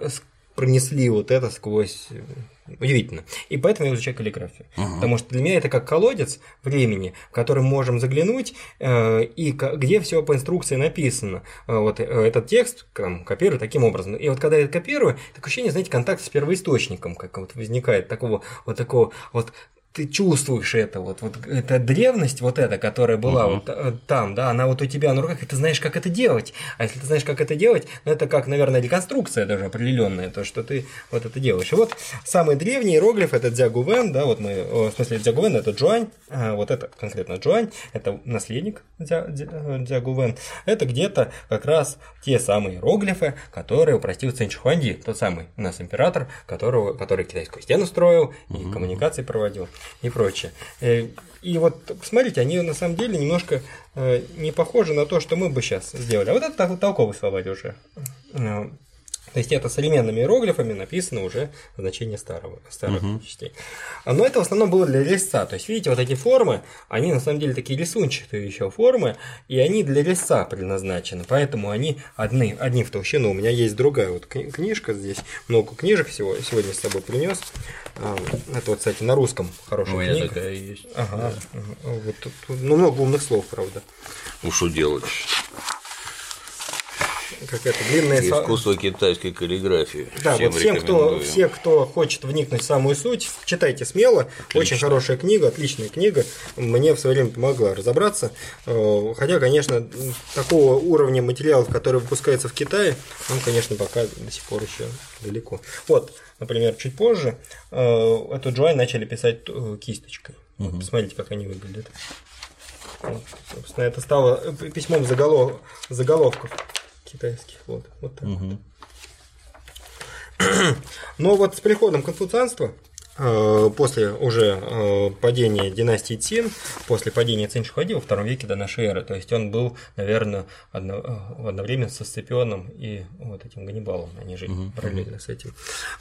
[SPEAKER 2] пронесли вот это сквозь. Удивительно. И поэтому я изучаю каллиграфию. Uh-huh. Потому что для меня это как колодец времени, в который мы можем заглянуть, э, и к- где все по инструкции написано. Э, вот э, этот текст там, копирую таким образом. И вот когда я копирую, такое ощущение, знаете, контакт с первоисточником, как вот возникает такого вот такого вот. Ты чувствуешь это, вот, вот эта древность, вот эта, которая была uh-huh. вот там, да, она вот у тебя на руках, и ты знаешь, как это делать. А если ты знаешь, как это делать, ну, это как, наверное, реконструкция даже определенная, то, что ты вот это делаешь. И вот самый древний иероглиф – это дзягувэн, да, вот мы, в смысле, дзягувэн – это джуань, а вот это конкретно джуань, это наследник дзягувэн, это где-то как раз те самые иероглифы, которые упростил Цинь Ши Хуанди, тот самый у нас император, которого, который китайскую стену строил uh-huh. и коммуникации проводил. И прочее. И вот, посмотрите, они на самом деле немножко не похожи на то, что мы бы сейчас сделали. А вот это толковый словарь уже. То есть это современными иероглифами написано уже значение старого, старых uh-huh. частей. Но это в основном было для резца. То есть, видите, вот эти формы, они на самом деле такие рисунчатые еще формы, и они для резца предназначены. Поэтому они одни, одни в толщину. У меня есть другая вот книжка здесь, много книжек всего сегодня с собой принес. Это вот, кстати, на русском хорошая книга. У меня
[SPEAKER 1] такая есть.
[SPEAKER 2] Ага. Да. Вот тут, ну, много умных слов, правда.
[SPEAKER 1] Ну, что делать?
[SPEAKER 2] Какая-то длинная
[SPEAKER 1] искусство китайской каллиграфии.
[SPEAKER 2] Да, всем вот всем, кто, все, кто хочет вникнуть в самую суть, читайте смело. Отлично. Очень хорошая книга, отличная книга. Мне в свое время помогла разобраться. Хотя, конечно, такого уровня материалов, который выпускается в Китае, он, конечно, пока до сих пор еще далеко. Вот, например, чуть позже эту джуань начали писать кисточкой. Угу. Вот, посмотрите, как они выглядят. Вот, собственно, это стало письмом заголов... заголовков китайских. Вот, вот так. Угу. Но вот с приходом конфуцианства, после уже падения династии Цин, после падения Цинь Шихуади во втором веке до нашей эры, то есть он был, наверное, одновременно со Сципионом и вот этим Ганнибалом, они жили uh-huh. параллельно с этим.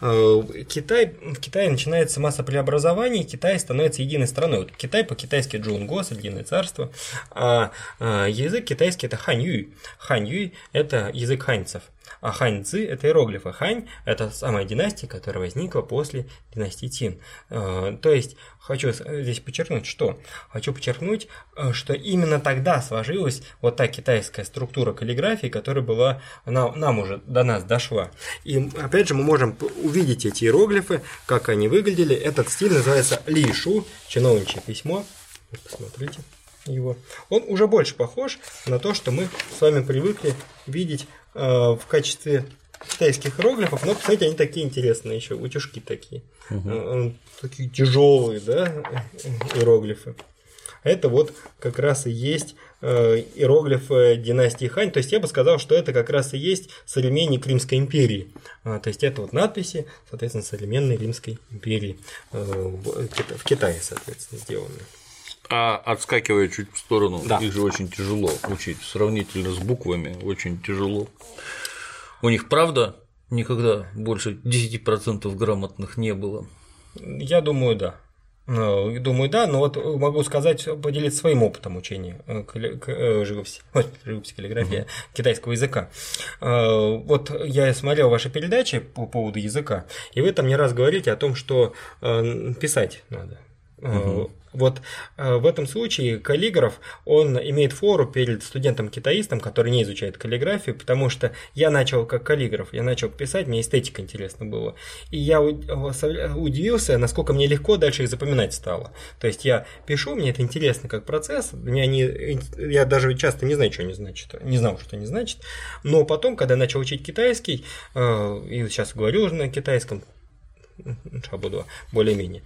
[SPEAKER 2] Китай, в Китае начинается масса преобразований, Китай становится единой страной. Вот Китай по-китайски Джунго, Соединенное царство, а язык китайский это ханьюй. Ханьюй – это язык ханьцев. А хань-цзы – это иероглифы. Хань – это самая династия, которая возникла после династии Цин. То есть, хочу здесь подчеркнуть, что? Хочу подчеркнуть, что именно тогда сложилась вот та китайская структура каллиграфии, которая была, нам, нам уже до нас дошла. И опять же мы можем увидеть эти иероглифы, как они выглядели. Этот стиль называется Ли Шу, чиновничье письмо. Посмотрите его. Он уже больше похож на то, что мы с вами привыкли видеть э, в качестве китайских иероглифов, но, посмотрите, они такие интересные еще, утюжки такие, угу. э, такие тяжелые, да, иероглифы. Это вот как раз и есть э, иероглифы династии Хань, то есть я бы сказал, что это как раз и есть современник Римской империи, а, то есть это вот надписи, соответственно, современной Римской империи э, в Китае, соответственно, сделаны.
[SPEAKER 1] А отскакивая чуть в сторону,
[SPEAKER 2] да.
[SPEAKER 1] их же очень тяжело учить, сравнительно с буквами очень тяжело. У них, правда, никогда больше десять процентов грамотных не было?
[SPEAKER 2] Я думаю, да. Думаю, да, но вот могу сказать, поделиться своим опытом учения живописи, живописи, каллиграфии, угу. китайского языка. Вот я смотрел ваши передачи по поводу языка, и вы там не раз говорите о том, что писать надо. Угу. Вот в этом случае каллиграф, он имеет фору перед студентом-китаистом, который не изучает каллиграфию, потому что я начал как каллиграф, я начал писать, мне эстетика интересна была. И я удивился, насколько мне легко дальше их запоминать стало. То есть я пишу, мне это интересно как процесс, мне они, я даже часто не знаю, что они значат, не знал, что они значат, но потом, когда я начал учить китайский, и сейчас говорю уже на китайском, шабудуа, более-менее,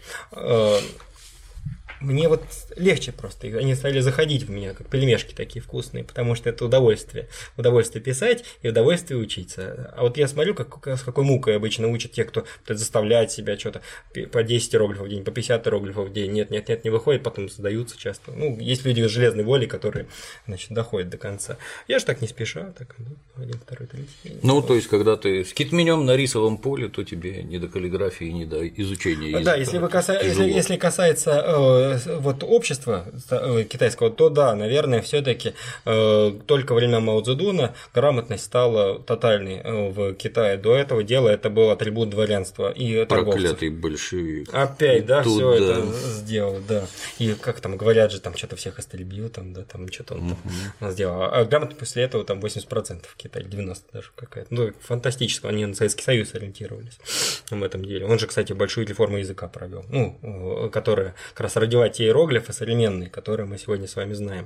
[SPEAKER 2] мне вот легче просто, они стали заходить в меня, как пельмешки такие вкусные, потому что это удовольствие, удовольствие писать и удовольствие учиться. А вот я смотрю, как, с какой мукой обычно учат те, кто заставляет себя что-то по десять иероглифов в день, по пятьдесят иероглифов в день, нет, нет, нет, не выходит, потом сдаются часто. Ну, есть люди с железной волей, которые, значит, доходят до конца. Я же так не спеша, так, один, второй, третий.
[SPEAKER 1] Ну, то есть, когда ты с китменем на рисовом поле, то тебе не до каллиграфии, не до изучения языка.
[SPEAKER 2] Да, если, вы каса... если, если касается вот общества китайского, то да, наверное, все-таки э, только во время Мао Цзэдуна грамотность стала тотальной э, в Китае. До этого дела это был атрибут дворянства и торговцев.
[SPEAKER 1] Проклятый большевик.
[SPEAKER 2] Опять, да, все да. это сделал, да. И как там говорят же, там что-то всех истребил, там, да, там что-то он там сделал. А грамотность после этого там восемьдесят процентов в Китае, девяносто процентов даже какая-то. Ну, фантастически, они на Советский Союз ориентировались в этом деле. Он же, кстати, большую реформу языка провел, ну, которая как раз родила те иероглифы современные, которые мы сегодня с вами знаем.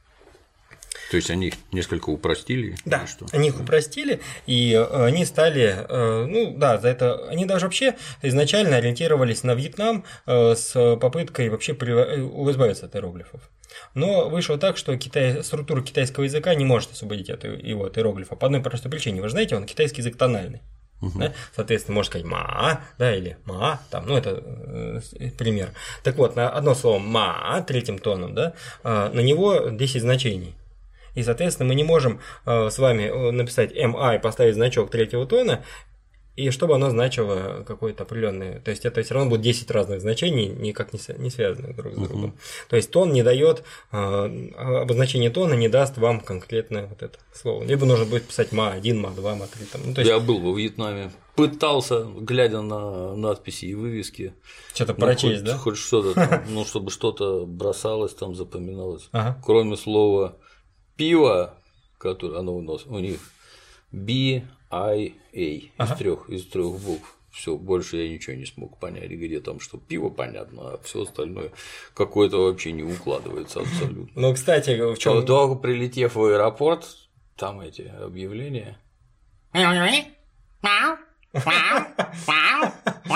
[SPEAKER 1] То есть они их несколько упростили?
[SPEAKER 2] Да, что? Они их упростили, и они стали, ну да, за это они даже вообще изначально ориентировались на Вьетнам с попыткой вообще избавиться от иероглифов. Но вышло так, что Китай, структура китайского языка не может освободить от его от иероглифа по одной простой причине. Вы же знаете, он китайский язык тональный. Uh-huh. Да? Соответственно, можно сказать ма, да, или ма, там, ну, это э, пример. Так вот, на одно слово ма третьим тоном, да, э, на него десять значений. И, соответственно, мы не можем э, с вами написать ma и поставить значок третьего тона, и чтобы оно значило какое-то определенное. То есть это все равно будет десять разных значений, никак не связанных друг с другом. Uh-huh. То есть тон не дает, обозначение тона не даст вам конкретное вот это слово. Либо нужно будет писать ма один, ма два, ма три. Там. Ну, то есть...
[SPEAKER 1] Я был во Вьетнаме, пытался, глядя на надписи и вывески.
[SPEAKER 2] Что-то ну, прочесть,
[SPEAKER 1] хоть,
[SPEAKER 2] да?
[SPEAKER 1] Хоть что-то там, ну, чтобы что-то бросалось, там запоминалось.
[SPEAKER 2] Ага.
[SPEAKER 1] Кроме слова пиво, которое оно у нас у них B I A ага. из трех из трех букв. Все, больше я ничего не смог понять, где там что пиво, понятно, а все остальное какое-то вообще не укладывается абсолютно.
[SPEAKER 2] Ну, кстати, в чем
[SPEAKER 1] долго прилетев в аэропорт, там эти объявления.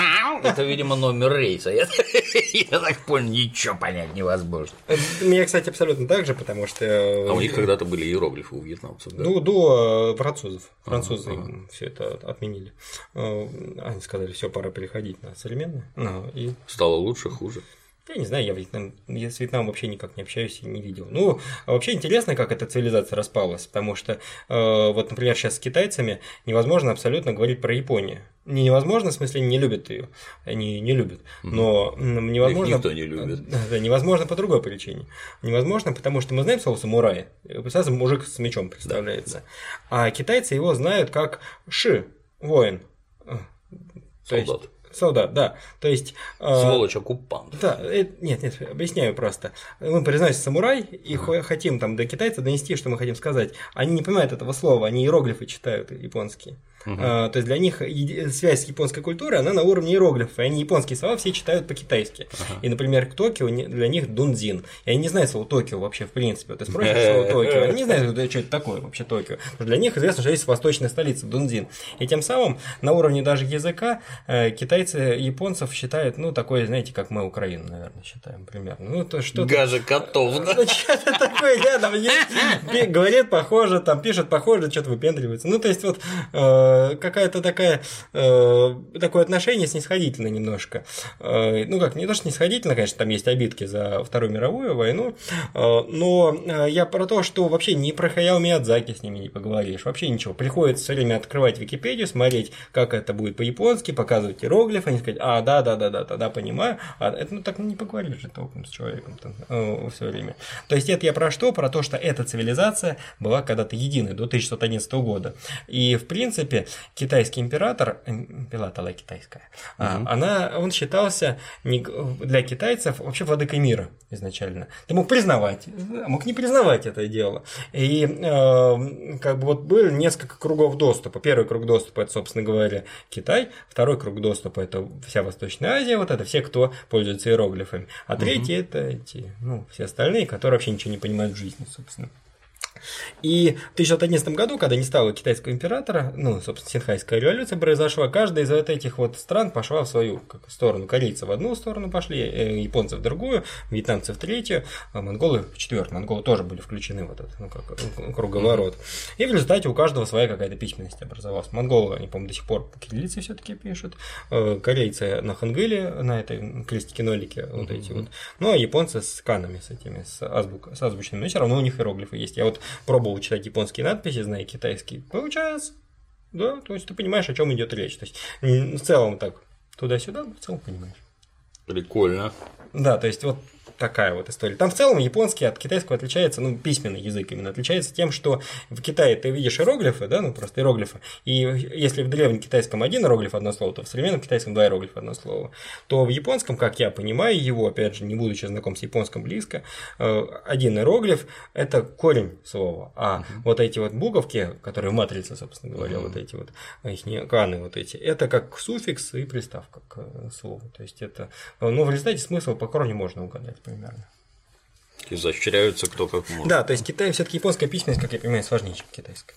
[SPEAKER 1] это, видимо, номер рейса. Я, я так понял, ничего понять невозможно.
[SPEAKER 2] Мне, кстати, абсолютно так же, потому что…
[SPEAKER 1] А у них когда-то были иероглифы у вьетнамцев, да?
[SPEAKER 2] Ну, до французов. Французы
[SPEAKER 1] ага, ага.
[SPEAKER 2] все это отменили. Они сказали, все, пора переходить на современное. Ну, и…
[SPEAKER 1] Стало лучше, хуже?
[SPEAKER 2] Я не знаю, я, Вьетнам, я с Вьетнамом вообще никак не общаюсь и не видел. Ну, а вообще интересно, как эта цивилизация распалась, потому что, э, вот, например, сейчас с китайцами невозможно абсолютно говорить про Японию. Не невозможно, в смысле, не любят ее, они не любят, но невозможно…
[SPEAKER 1] Их никто не любит.
[SPEAKER 2] Да, невозможно по другой причине. Невозможно, потому что мы знаем слово «самурай», сразу мужик с мечом представляется, да. А китайцы его знают как «ши», воин.
[SPEAKER 1] Солдат.
[SPEAKER 2] Солдат, да. То есть…
[SPEAKER 1] Сволочь-оккупант.
[SPEAKER 2] Да, это, нет, нет, объясняю просто. Мы произносим самурай и хотим там до китайца донести, что мы хотим сказать. Они не понимают этого слова, они иероглифы читают японские. Угу. А, то есть для них связь с японской культурой, она на уровне иероглифа. И они японские слова все читают по-китайски. Ага. И, например, Токио для них дунзин. И они не знают слова Токио вообще в принципе. Ты спросишь слово Токио, они не знают, что это такое вообще Токио. Для них известно, что есть восточная столица Дунзин. И тем самым на уровне даже языка китайцы японцев считают, ну, такое, знаете, как мы Украину, наверное, считаем примерно. Ну, то что-то…
[SPEAKER 1] Гажа котов, да?
[SPEAKER 2] Ну, что-то такое рядом есть, говорит похоже, там пишет похоже, что-то выпендривается. Ну, то есть, вот какая-то такая, такое отношение снисходительное немножко. Ну, как, не то, что снисходительно, конечно, там есть обидки за Вторую мировую войну, но я про то, что вообще не про Хаяо Миядзаки с ними не поговоришь, вообще ничего. Приходится все время открывать Википедию, смотреть, как это будет по-японски, показывать иероглифы, они сказать, а, да, да, да, да, тогда понимаю, а это ну, так не поговоришь же толком с человеком там, э, все время. То есть это я про что? Про то, что эта цивилизация была когда-то единой до тысяча шестьсот одиннадцатого года. И, в принципе, китайский император, император китайская, угу. она, он считался не, для китайцев вообще владыкой мира изначально. Ты мог признавать, мог не признавать это дело. И э, как бы вот было несколько кругов доступа. Первый круг доступа – это, собственно говоря, Китай, второй круг доступа – это вся Восточная Азия, вот это все, кто пользуется иероглифами. А третий угу. – это эти, ну, все остальные, которые вообще ничего не понимают в жизни, собственно. И в тысяча девятьсот одиннадцатом году, когда не стало китайского императора, ну, собственно, Синхайская революция произошла, каждая из вот этих вот стран пошла в свою как, сторону. Корейцы в одну сторону пошли, японцы в другую, вьетнамцы в третью, а монголы в четвертую. Монголы тоже были включены в этот, ну, как круговорот. Mm-hmm. И в результате у каждого своя какая-то письменность образовалась. Монголы, они, по-моему, до сих пор по кириллице все-таки пишут, корейцы на хангыле, на этой крестике-нолике, mm-hmm. вот эти вот. Ну, а японцы с канами, с этими, с, азбук, с азбучными, но все равно у них иероглифы есть. Я вот пробовал читать японские надписи, зная китайский, получается, да, то есть ты понимаешь, о чем идет речь. То есть в целом так туда-сюда, но в целом понимаешь.
[SPEAKER 1] Прикольно.
[SPEAKER 2] Да, то есть вот такая вот история. Там в целом японский от китайского отличается, ну, письменный язык именно, отличается тем, что в Китае ты видишь иероглифы, да, ну, просто иероглифы, и если в древнем китайском один иероглиф одно слово, то в современном китайском два иероглифа одно слово, то в японском, как я понимаю его, опять же, не будучи знаком с японским близко, один иероглиф – это корень слова, а uh-huh. вот эти вот буковки, которые в матрице, собственно говоря, uh-huh. вот эти вот, их каны вот эти, это как суффикс и приставка к слову, то есть это, ну, в результате смысл по корню можно угадать примерно.
[SPEAKER 1] Изощряются кто как может.
[SPEAKER 2] Да, то есть Китай все-таки японская письменность, как я понимаю, сложнее, чем китайская.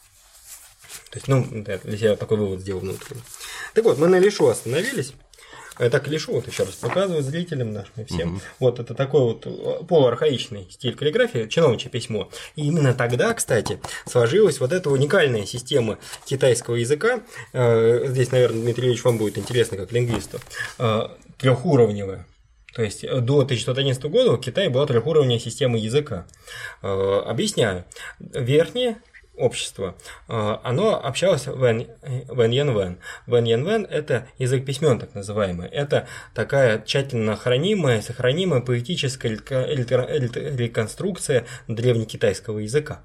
[SPEAKER 2] То есть, ну, да, для себя такой вывод сделал внутренний. Так вот, мы на Лишу остановились. Так, Лишу, вот еще раз показываю зрителям нашим и всем. Угу. Вот это такой вот полуархаичный стиль каллиграфии, чиновничье письмо. И именно тогда, кстати, сложилась вот эта уникальная система китайского языка. Здесь, наверное, Дмитрий Ильич, вам будет интересно, как лингвисту. Трехуровневая. То есть до тысяча девятьсот одиннадцатого года в Китае была трехуровневая система языка. Объясняю. Верхнее общество, оно общалось вэн-ян-вэн. Вэн-ян-вэн – это язык письмен, так называемый. Это такая тщательно хранимая, сохранимая поэтическая реконструкция древнекитайского языка.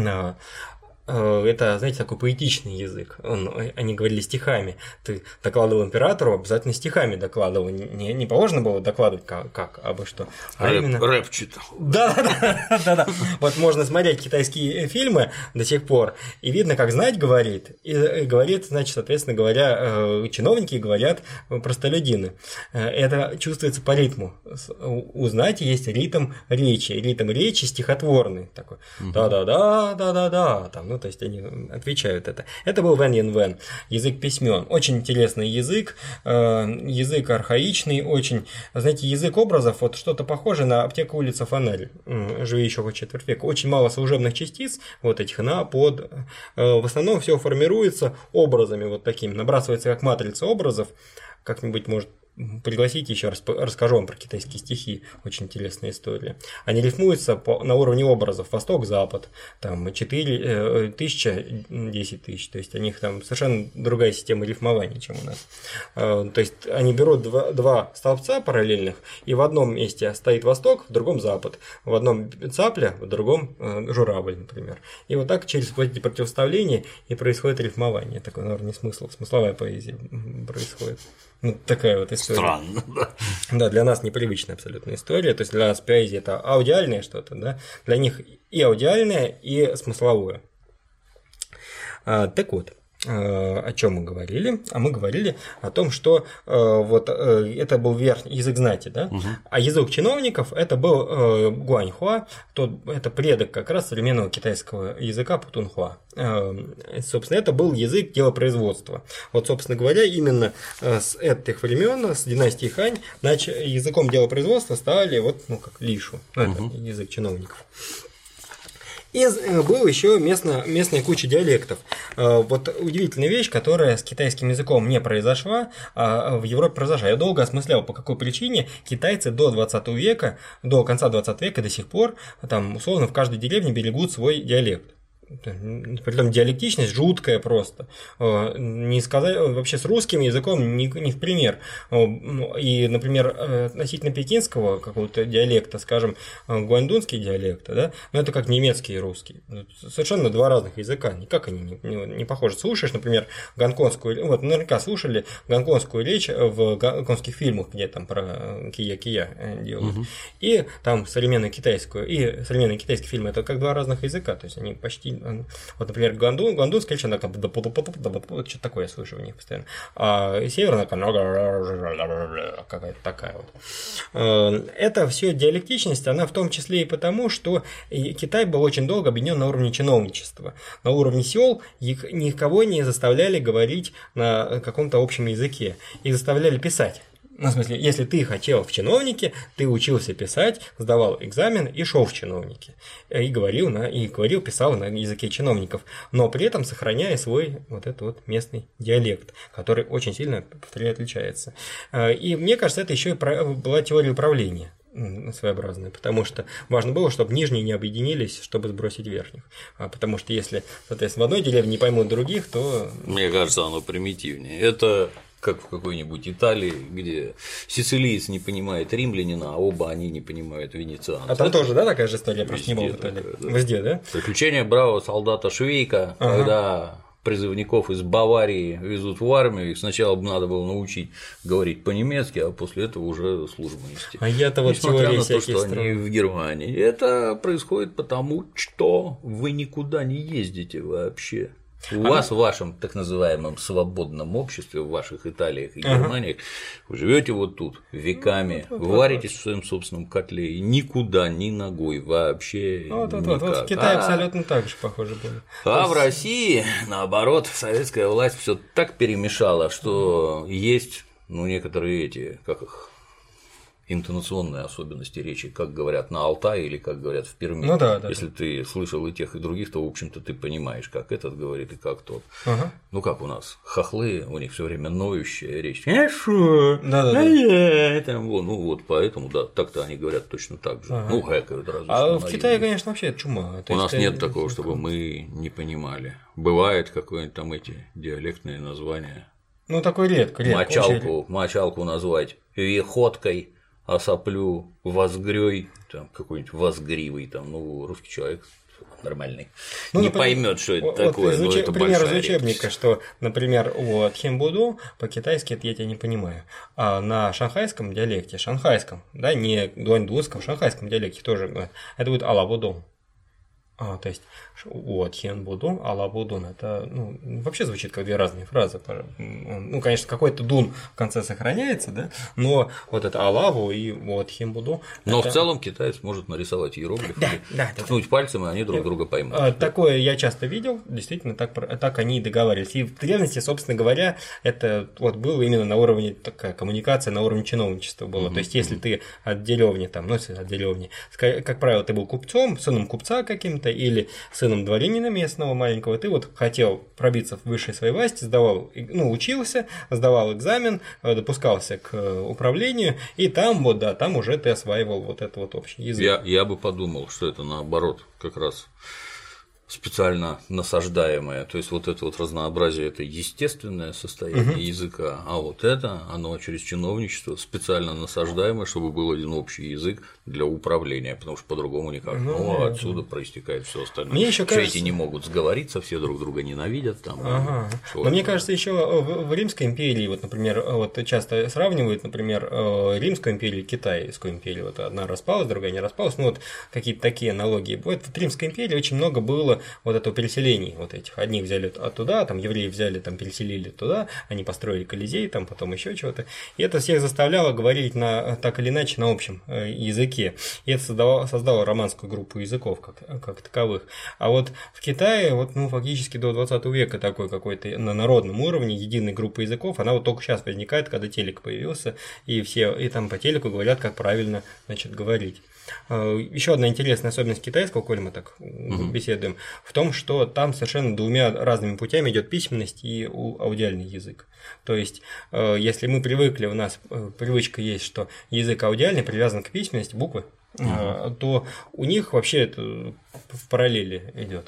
[SPEAKER 2] Это, знаете, такой поэтичный язык. Он, они говорили стихами. Ты докладывал императору, обязательно стихами докладывал. Не, не положено было докладывать как, как абы что. А
[SPEAKER 1] рэп,
[SPEAKER 2] именно...
[SPEAKER 1] рэп читал.
[SPEAKER 2] Да, да, да, да. Вот можно смотреть китайские фильмы до сих пор, и видно, как знать говорит. И говорит, значит, соответственно говоря, чиновники говорят простолюдины. Это чувствуется по ритму. У знати есть ритм речи. Ритм речи стихотворный такой. Да-да-да, да-да-да. Там, ну, то есть они отвечают это. Это был Вэн Ян Вэн, язык письмен. Очень интересный язык, язык архаичный, очень, знаете, язык образов, вот что-то похожее на аптека улица Фонарь, живи еще хоть четверть века. Очень мало служебных частиц, вот этих на, под. В основном все формируется образами вот такими, набрасывается как матрица образов, как-нибудь, может, пригласите, еще раз расскажу вам про китайские стихи, очень интересная история. Они рифмуются по, на уровне образов восток-запад, там четыре тысячи, десять тысяч, то есть у них там совершенно другая система рифмования, чем у нас. То есть они берут два, два столбца параллельных, и в одном месте стоит восток, в другом запад, в одном цапля, в другом журавль, например. И вот так через эти противоставления и происходит рифмование, такой на уровне смысла, смысловая поэзия происходит. Ну, такая вот история.
[SPEAKER 1] Странно, да.
[SPEAKER 2] Да, для нас непривычная абсолютно история. То есть для нас поэзия это аудиальное что-то, да, для них и аудиальное, и смысловое. А, так вот. О чем мы говорили? А мы говорили о том, что э, вот э, это был верхний язык знати, да? Угу. А язык чиновников это был э, гуаньхуа, тот, это предок как раз современного китайского языка путунхуа. Э, собственно, это был язык делопроизводства. Вот, собственно говоря, именно с этих времен, с династии Хань, нач... языком делопроизводства стали вот, ну, как лишу, ну, это угу. язык чиновников. И был еще местно, местная куча диалектов. Вот удивительная вещь, которая с китайским языком не произошла, а в Европе произошла. Я долго осмыслял, по какой причине китайцы до двадцатого века, до конца двадцатого века до сих пор, там, условно, в каждой деревне берегут свой диалект. Притом диалектичность жуткая просто. Не сказать, вообще с русским языком не, не в пример. И, например, относительно пекинского какого-то диалекта, скажем, гуандунский диалект, да, но это как немецкий и русский. Совершенно два разных языка. Никак они не, не, не похожи. Слушаешь, например, гонконгскую, вот наверняка слушали гонконгскую речь в гонконгских фильмах, где там про кия-кия делают. Угу. И там современную китайскую, и современные китайские фильмы, это как два разных языка. То есть они почти. Вот, например, Гуандун, гуандунская речь, она как что-то такое я слышу в них постоянно. А северная какая-то такая вот. Это все диалектичность, она в том числе и потому, что Китай был очень долго объединен на уровне чиновничества. На уровне сел их никого не заставляли говорить на каком-то общем языке. Их заставляли писать. Ну, в смысле, если ты хотел в чиновнике, ты учился писать, сдавал экзамен и шел в чиновники. И говорил, на, и говорил, писал на языке чиновников, но при этом сохраняя свой вот этот вот местный диалект, который очень сильно, повторяю, отличается. И мне кажется, это еще и была теория управления своеобразная, потому что важно было, чтобы нижние не объединились, чтобы сбросить верхних. А потому что если, соответственно, в одной деревне не поймут других, то…
[SPEAKER 1] Мне кажется, оно примитивнее. Это… как в какой-нибудь Италии, где сицилиец не понимает римлянина, а оба они не понимают венецианца.
[SPEAKER 2] А там это тоже, да, такая же история? Я просто не был в Италии. Такая, да. Везде, да?
[SPEAKER 1] Приключения бравого солдата Швейка, ага. когда призывников из Баварии везут в армию, их сначала надо было научить говорить по-немецки, а после этого уже службу нести.
[SPEAKER 2] А я-то вот
[SPEAKER 1] несмотря
[SPEAKER 2] теории
[SPEAKER 1] на то, что
[SPEAKER 2] строят.
[SPEAKER 1] они в Германии. Это происходит потому, что вы никуда не ездите вообще. У а вас в вашем так называемом свободном обществе, в ваших Италиях и Германиях, ага. вы живете вот тут веками, ну, вот, варитесь вот. в своем собственном котле и никуда, ни ногой вообще.
[SPEAKER 2] Вот, вот,
[SPEAKER 1] никак.
[SPEAKER 2] вот, вот в Китае а, абсолютно так же похоже было.
[SPEAKER 1] А есть... в России, наоборот, советская власть все так перемешала, что есть, ну, некоторые эти, как их. интонационные особенности речи, как говорят на Алтае или как говорят в Перми.
[SPEAKER 2] Ну, да, да,
[SPEAKER 1] Если
[SPEAKER 2] да.
[SPEAKER 1] ты слышал и тех, и других, то, в общем-то, ты понимаешь, как этот говорит и как тот.
[SPEAKER 2] Ага.
[SPEAKER 1] Ну, как у нас хохлы, у них все время ноющая речь. Хорошо,
[SPEAKER 2] да, да, да.
[SPEAKER 1] Ну, вот, поэтому, да, так-то они говорят точно так же.
[SPEAKER 2] Ага.
[SPEAKER 1] Ну, хэкают различные.
[SPEAKER 2] А в Китае, конечно, вообще это чума.
[SPEAKER 1] У нас нет такого, чтобы мы не понимали. Бывает какое-нибудь там эти диалектные названия.
[SPEAKER 2] Ну, такой редко, редко.
[SPEAKER 1] Мочалку, мочалку назвать виходкой. А соплю возгрёй, там какой-нибудь возгривый, там, ну, русский человек нормальный, ну, не поймет, что это вот такое, но это
[SPEAKER 2] пример
[SPEAKER 1] большая
[SPEAKER 2] из учебника,
[SPEAKER 1] редкость.
[SPEAKER 2] Что, например, у Тхембуду по-китайски это я тебя не понимаю, а на шанхайском диалекте, шанхайском, да, не дуаньдунском, шанхайском диалекте тоже, это будет алабудон. А, то есть вот хен буду, алла будун, это ну, вообще звучит как две разные фразы. Ну, конечно, какой-то дун в конце сохраняется, да, но вот это алаву и вот хен буду.
[SPEAKER 1] Но
[SPEAKER 2] это...
[SPEAKER 1] в целом китаец может нарисовать иероглифы,
[SPEAKER 2] да, да,
[SPEAKER 1] ткнуть да, пальцем, и они друг друга поймут.
[SPEAKER 2] А, такое я часто видел, действительно, так, так они и договаривались. И в древности, собственно говоря, это вот было именно на уровне, такая коммуникация на уровне чиновничества была. Mm-hmm. То есть, если ты от деревни, там, ну, от деревни, как правило, ты был купцом, сыном купца каким-то, или сыном дворянина местного маленького, ты вот хотел пробиться в высшей своей власти, сдавал, ну, учился, сдавал экзамен, допускался к управлению, и там вот, да, там уже ты осваивал вот этот вот общий язык.
[SPEAKER 1] Я, я бы подумал, что это наоборот как раз специально насаждаемое, то есть вот это вот разнообразие – это естественное состояние uh-huh. языка, а вот это, оно через чиновничество специально насаждаемое, чтобы был один общий язык для управления, потому что по-другому никак. Ну, ну отсюда проистекает все остальное.
[SPEAKER 2] Мне еще кажется...
[SPEAKER 1] Эти не могут сговориться, все друг друга ненавидят там.
[SPEAKER 2] Ага. Но мне кажется, еще в, в Римской империи, вот, например, вот часто сравнивают, например, Римскую империю и Китайскую империю. Вот одна распалась, другая не распалась. Ну вот какие-то такие аналогии. Вот в Римской империи очень много было вот этого переселений вот этих. Одни взяли оттуда, там евреи взяли, там переселили туда, они построили Колизей, там потом еще чего-то. И это всех заставляло говорить на, так или иначе на общем языке. И это создавало, создало романскую группу языков как, как таковых. А вот в Китае вот, ну, фактически до двадцатого века такой какой-то на народном уровне единой группы языков, она вот только сейчас возникает, когда телек появился, и все и там по телеку говорят, как правильно, значит, говорить. Еще одна интересная особенность китайского, коль мы так uh-huh. беседуем, в том, что там совершенно двумя разными путями идет письменность и аудиальный язык. То есть, если мы привыкли, у нас привычка есть, что язык аудиальный привязан к письменности, буквы, uh-huh. то у них вообще это в параллели идет.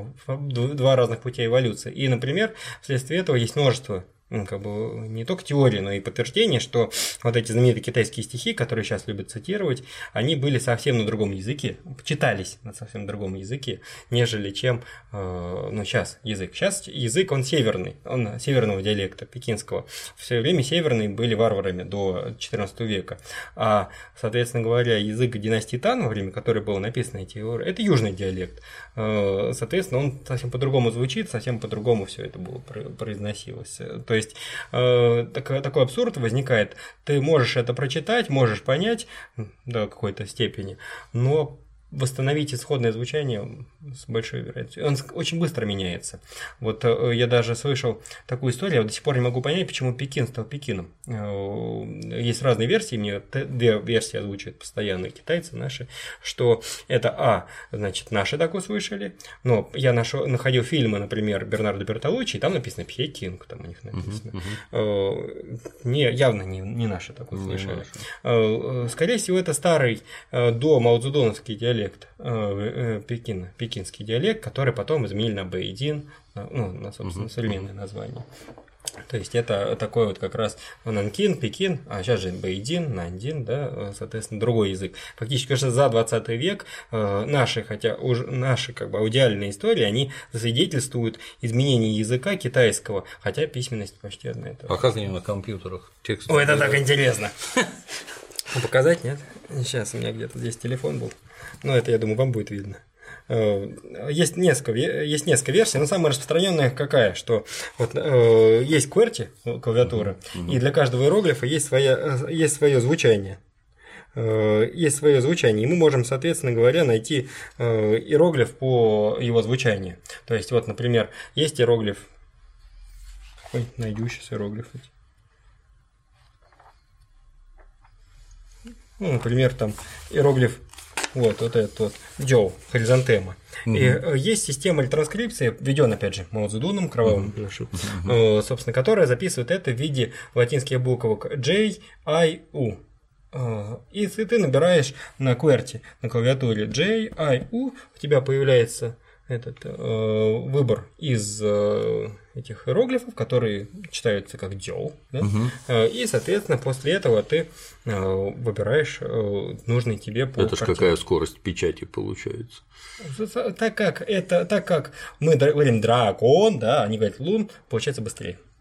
[SPEAKER 2] Два разных путя эволюции. И, например, вследствие этого есть множество как бы не только теории, но и подтверждение, что вот эти знаменитые китайские стихи, которые сейчас любят цитировать, они были совсем на другом языке, читались на совсем другом языке, нежели чем э, ну, сейчас язык. Сейчас язык, он северный, он северного диалекта, пекинского. В свое время северные были варварами до четырнадцатого века. А, соответственно говоря, язык династии Тан, во время которой было написано эти говоры, это южный диалект. Э, соответственно, он совсем по-другому звучит, совсем по-другому все это было произносилось. То есть э, так, такой абсурд возникает. Ты можешь это прочитать, можешь понять до какой-то степени, но восстановить исходное звучание с большой вероятностью. Он очень быстро меняется. Вот э, я даже слышал такую историю, я до сих пор не могу понять, почему Пекин стал Пекином. Э, есть разные версии, мне две версии озвучивают постоянно китайцы наши, что это, а, значит, наши так услышали, но я нашел, находил фильмы, например, Бернардо Бертолуччи, и там написано Пекинг, там у них написано. Uh-huh, uh-huh. Э, не, явно не, не наши так услышали. Э, скорее всего, это старый э, до маоцзэдуновский диалект Пекина, пекинский диалект, который потом изменили на бэйдин, ну, на, собственно, современное название. То есть это такой вот как раз Нанкин, Пекин, а сейчас же бэйдин, Нандин, да, соответственно, другой язык. Фактически, конечно, за двадцатый век наши, хотя уже наши как бы аудиальные истории, они засвидетельствуют изменение языка китайского, хотя письменность почти одна и та же.
[SPEAKER 1] А как они на компьютерах? Текст.
[SPEAKER 2] Ой, это так интересно. Показать, нет? Сейчас у меня где-то здесь телефон был. Но это, я думаю, вам будет видно. Есть несколько, есть несколько версий, но самая распространенная какая, что вот, э, есть QWERTY, клавиатура, mm-hmm. и для каждого иероглифа есть, своя, есть свое звучание. Э, есть свое звучание, и мы можем, соответственно говоря, найти э, иероглиф по его звучанию. То есть, вот, например, есть иероглиф. Ой, найду сейчас иероглиф. Ну, например, там иероглиф. Вот, вот этот вот, Джоу, хоризонтема. Угу. И есть система ретранскрипции, введен, опять же, Мао Цзэдуном, кровавым, угу. uh, собственно, которая записывает это в виде латинских буквок J, I, U. Uh, и ты набираешь на QWERTY, на клавиатуре J, I, U, у тебя появляется этот uh, выбор из uh, этих иероглифов, которые читаются как Джоу, да? Угу. uh, и, соответственно, после этого ты uh, выбираешь uh, нужный тебе по
[SPEAKER 1] Это ж какая скорость печати получается?
[SPEAKER 2] Так как, это, так как мы говорим дракон, да, они говорят лун, получается быстрее.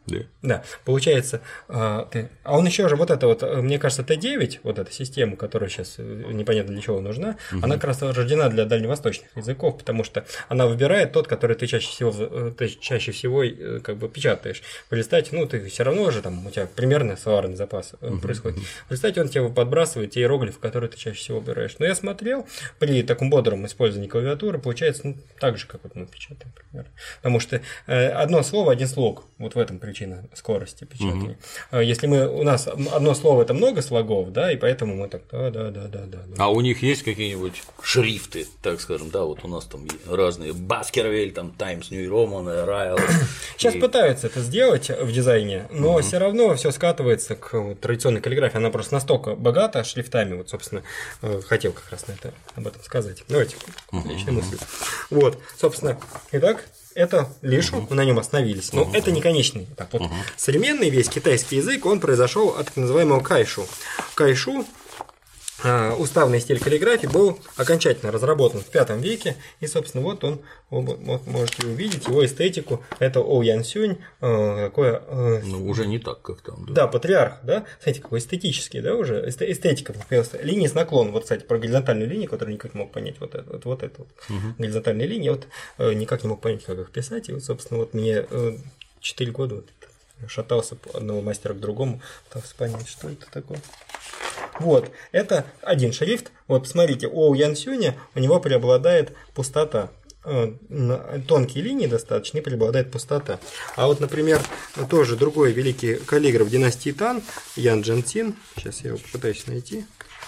[SPEAKER 1] Да.
[SPEAKER 2] Да, получается, а, ты... а он еще же вот это вот, мне кажется, Т девять, вот эта система, которая сейчас непонятно для чего нужна, угу. она как раз рождена для дальневосточных языков, потому что она выбирает тот, который ты чаще всего, ты чаще всего как бы печатаешь. В листате, ну, ты все равно же там у тебя примерно словарный запас угу. происходит. В листате он тебе подбрасывает те иероглифы, которые ты чаще всего выбираешь. Но я смотрел, при таком бодром использовании клавиатуры получается ну, так же, как вот мы печатаем, например. Потому что э, одно слово, один слог, вот в этом причина скорости печатания. Угу. Если мы, у нас одно слово это много слогов, да, и поэтому мы так, да, да, да, да, да.
[SPEAKER 1] А у них есть какие-нибудь шрифты, так скажем, да, вот у нас там разные Баскервиль, там Times New Roman, Royal.
[SPEAKER 2] Сейчас
[SPEAKER 1] и...
[SPEAKER 2] пытаются это сделать в дизайне, но угу. все равно все скатывается к вот, традиционной каллиграфии. Она просто настолько богата шрифтами, вот, собственно, хотел как раз на это об этом сказать. Давайте, отличная угу. мысль. Вот, собственно, итак. Это лишу, uh-huh. мы на нем остановились. Но uh-huh. это не конечный этап. Вот uh-huh. современный весь китайский язык, он произошел от так называемого кайшу. Кайшу, э, уставный стиль каллиграфии, был окончательно разработан в пятом веке. И, собственно, вот он, вот можете увидеть его эстетику. Это Оу Ян Сюнь, э, такое. Э,
[SPEAKER 1] ну, уже не так, как там.
[SPEAKER 2] Да, да патриарх, да. Смотрите, какой эстетический, да, уже. Эстетика, линии с наклоном. Вот, кстати, про горизонтальную линию, которую никак не мог понять. Вот это вот, вот это вот. Uh-huh. Горизонтальные линии. Вот э, никак не мог понять, как их писать. И вот, собственно, вот мне четыре э, года вот, шатался по одного мастера к другому, пытался понять, что это такое. Вот, это один шрифт. Вот, посмотрите, у Ян Сюня у него преобладает пустота. Тонкие линии достаточно, и преобладает пустота. А вот, например, тоже другой великий каллиграф династии Тан, Ян Джанцин, сейчас я его попытаюсь найти.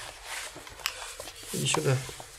[SPEAKER 2] Иди сюда.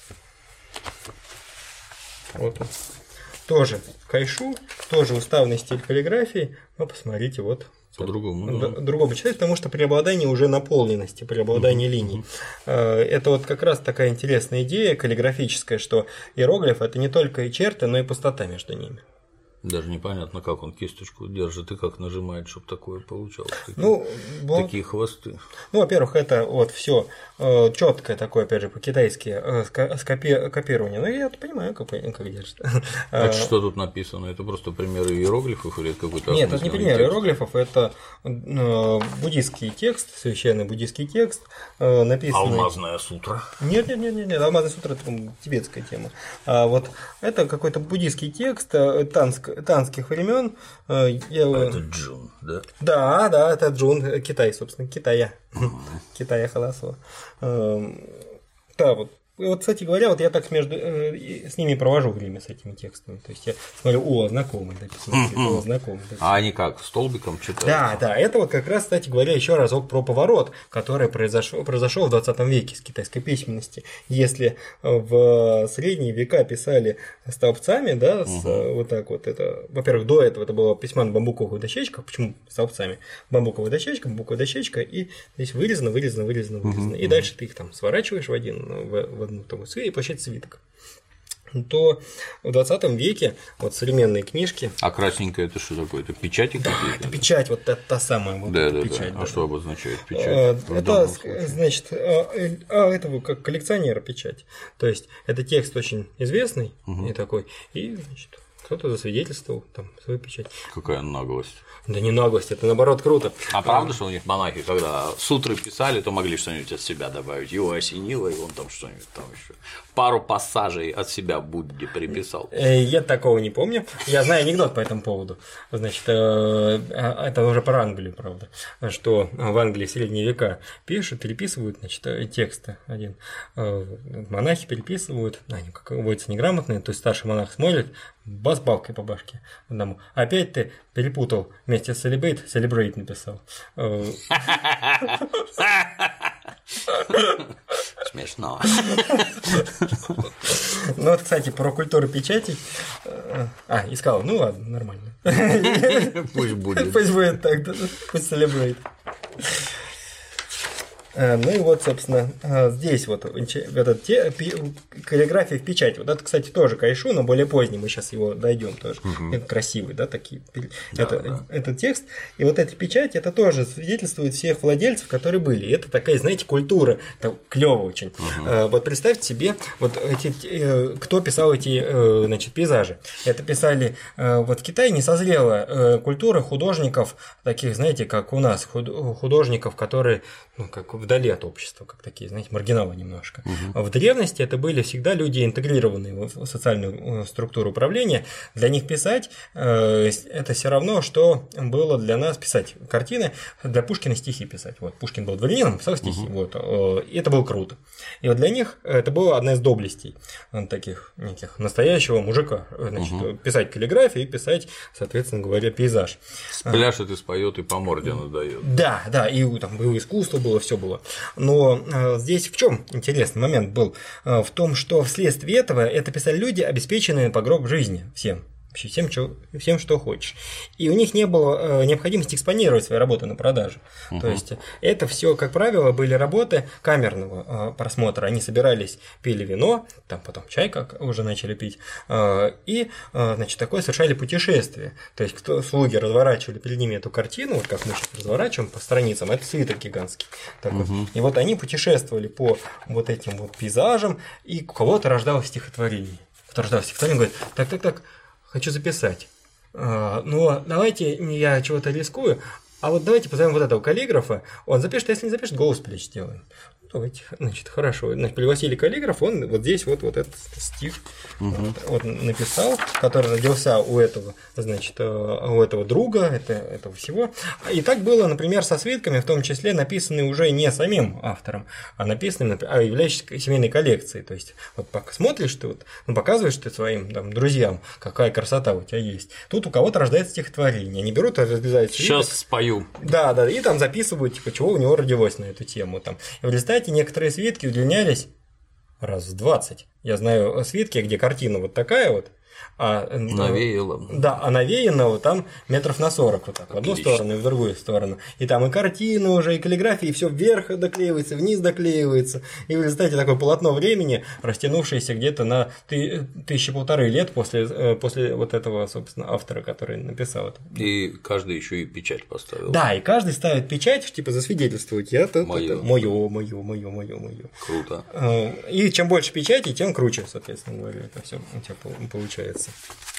[SPEAKER 2] Вот он. Тоже кайшу, тоже уставный стиль каллиграфии, но посмотрите, вот.
[SPEAKER 1] По-другому.
[SPEAKER 2] Да. Другому читать, потому что преобладание уже наполненности, преобладание uh-huh, линий. Uh-huh. Это вот как раз такая интересная идея каллиграфическая, что иероглиф это не только и черты, но и пустота между ними.
[SPEAKER 1] Даже непонятно, как он кисточку держит и как нажимает, чтобы такое получалось. Такие,
[SPEAKER 2] ну, вот,
[SPEAKER 1] такие хвосты.
[SPEAKER 2] Ну, во-первых, это вот все э, четкое такое, опять же, по-китайски э, скопи- копирование. Ну, я понимаю, как, как держит.
[SPEAKER 1] А что тут написано? Это просто примеры иероглифов или это какой-то
[SPEAKER 2] Нет, это не примеры иероглифов, это э, буддийский текст, священный буддийский текст, э, написанный.
[SPEAKER 1] Алмазная сутра.
[SPEAKER 2] Нет, нет, нет, нет, нет, алмазная сутра это тибетская тема. А вот это какой-то буддийский текст, э, танск танских времен.
[SPEAKER 1] Я... Это Джун, да?
[SPEAKER 2] Да, да, это Джун, Китай, собственно, Китая. Uh-huh. Китая Халасова. Да, вот. И вот, кстати говоря, вот я так между э, с ними провожу время с этими текстами. То есть я смотрю, о, знакомый, да, о, знакомый. Да.
[SPEAKER 1] А они как, столбиком читают?
[SPEAKER 2] Да, да, это вот как раз, кстати говоря, еще разок про поворот, который произошел, произошел в двадцатом веке с китайской письменности. Если в средние века писали столбцами, да, с, угу. вот так вот, это, во-первых, до этого это было письмо на бамбуковых дощечках, почему столбцами? Бамбуковая дощечка, бамбуковая дощечка, и здесь вырезано, вырезано, вырезано, вырезано. Угу. И дальше ты их там сворачиваешь в один, в, в одну такую и получается свиток. То в двадцатом веке вот современные книжки.
[SPEAKER 1] А красненькое это что такое? Это печати
[SPEAKER 2] да,
[SPEAKER 1] какие-то?
[SPEAKER 2] Это печать, вот та, та самая вот
[SPEAKER 1] да, да,
[SPEAKER 2] печать.
[SPEAKER 1] Да.
[SPEAKER 2] Да.
[SPEAKER 1] А что обозначает печать?
[SPEAKER 2] Это, значит, а этого как коллекционера печать. То есть это текст очень известный угу. и такой, и значит, кто-то засвидетельствовал там свою печать.
[SPEAKER 1] Какая наглость.
[SPEAKER 2] Да не наглость, это наоборот круто.
[SPEAKER 1] А правда, что у них монахи, когда сутры писали, то могли что-нибудь от себя добавить? Его осенило, и он там что-нибудь там еще. Пару пассажей от себя Будде приписал.
[SPEAKER 2] Я такого не помню. Я знаю анекдот по этому поводу. Значит, это уже про Англию, правда. Что в Англии в средние века пишут, переписывают, значит, тексты один. Монахи переписывают, они, как водятся, неграмотные, то есть старший монах смотрит, бас балкой по башке одному. Опять ты перепутал, вместе с celebrate, celebrate написал.
[SPEAKER 1] Смешно.
[SPEAKER 2] Ну вот, кстати, про культуру печати. А, искал, ну ладно, нормально.
[SPEAKER 1] Пусть будет.
[SPEAKER 2] Пусть будет так, пусть celebrate. Ну и вот, собственно, здесь вот этот те, каллиграфия в печать. Вот это, кстати, тоже кайшу, но более поздний, мы сейчас его дойдем тоже. Угу. Это красивый, да, такие. Да, это, да. Этот текст. И вот эта печать, это тоже свидетельствует всех владельцев, которые были. И это такая, знаете, культура, клево очень. Угу. Вот представьте себе, вот эти, кто писал эти, значит, пейзажи. Это писали, вот в Китае не созрела культура художников, таких, знаете, как у нас, художников, которые, ну, как вдали от общества, как такие, знаете, маргиналы немножко. Угу. В древности это были всегда люди, интегрированные в социальную структуру управления. Для них писать э, это все равно, что было для нас писать картины, для Пушкина стихи писать. Вот, Пушкин был дворянином, писал стихи. Угу. Вот, э, и это было круто. И вот для них это была одна из доблестей таких неких настоящего мужика. Значит, угу. писать каллиграфию и писать, соответственно говоря, пейзаж.
[SPEAKER 1] Спляшет и споет и по морде надает.
[SPEAKER 2] Да, да, и там было искусство, было, все было. Но э, здесь в чем интересный момент был? Э, в том, что вследствие этого это писали люди, обеспеченные по гроб жизни всем. Всем что, всем, что хочешь. И у них не было э, необходимости экспонировать свои работы на продажу. Uh-huh. То есть это все, как правило, были работы камерного э, просмотра. Они собирались, пили вино, там потом чай, как уже начали пить, э, и э, значит, такое совершали путешествие. То есть кто, слуги разворачивали перед ними эту картину, вот как мы сейчас разворачиваем по страницам, это свиток гигантский. Такой. Uh-huh. И вот они путешествовали по вот этим вот пейзажам, и у кого-то рождалось стихотворение. Кто рождалось стихотворение, говорит, так-так-так, хочу записать. Но давайте, я чего-то рискую, а вот давайте позовем вот этого каллиграфа, он запишет, а если не запишет, голос плеч сделаем. Давайте, значит, хорошо. Значит, пригласили каллиграфа, он вот здесь вот, вот этот стих угу. вот, вот написал, который родился у этого, значит, у этого друга, это, этого всего. И так было, например, со свитками, в том числе написанные уже не самим автором, а написанными, а являющиеся семейной коллекцией. То есть, вот пока смотришь ты, вот, ну, показываешь ты своим там, друзьям, какая красота у тебя есть. Тут у кого-то рождается стихотворение. Они берут, разрезают свиток.
[SPEAKER 1] Сейчас спою.
[SPEAKER 2] Да, да, и там записывают, типа, чего у него родилось на эту тему. Там. И в результате некоторые свитки удлинялись раз в двадцать. Я знаю свитки, где картина вот такая вот, а
[SPEAKER 1] навеяло.
[SPEAKER 2] Да, а навеянного там метров на сорок вот так, в одну Отлично. Сторону и в другую сторону. И там и картины уже, и каллиграфия, и все вверх доклеивается, вниз доклеивается. И в результате такое полотно времени, растянувшееся где-то на тысячи полторы лет после, после вот этого, собственно, автора, который написал это.
[SPEAKER 1] И каждый еще и печать поставил.
[SPEAKER 2] Да, и каждый ставит печать, типа засвидетельствовать. Я-то
[SPEAKER 1] моё.
[SPEAKER 2] Моё, моё, моё, моё, моё.
[SPEAKER 1] Круто.
[SPEAKER 2] И чем больше печати, тем круче, соответственно говоря, это все у тебя получается.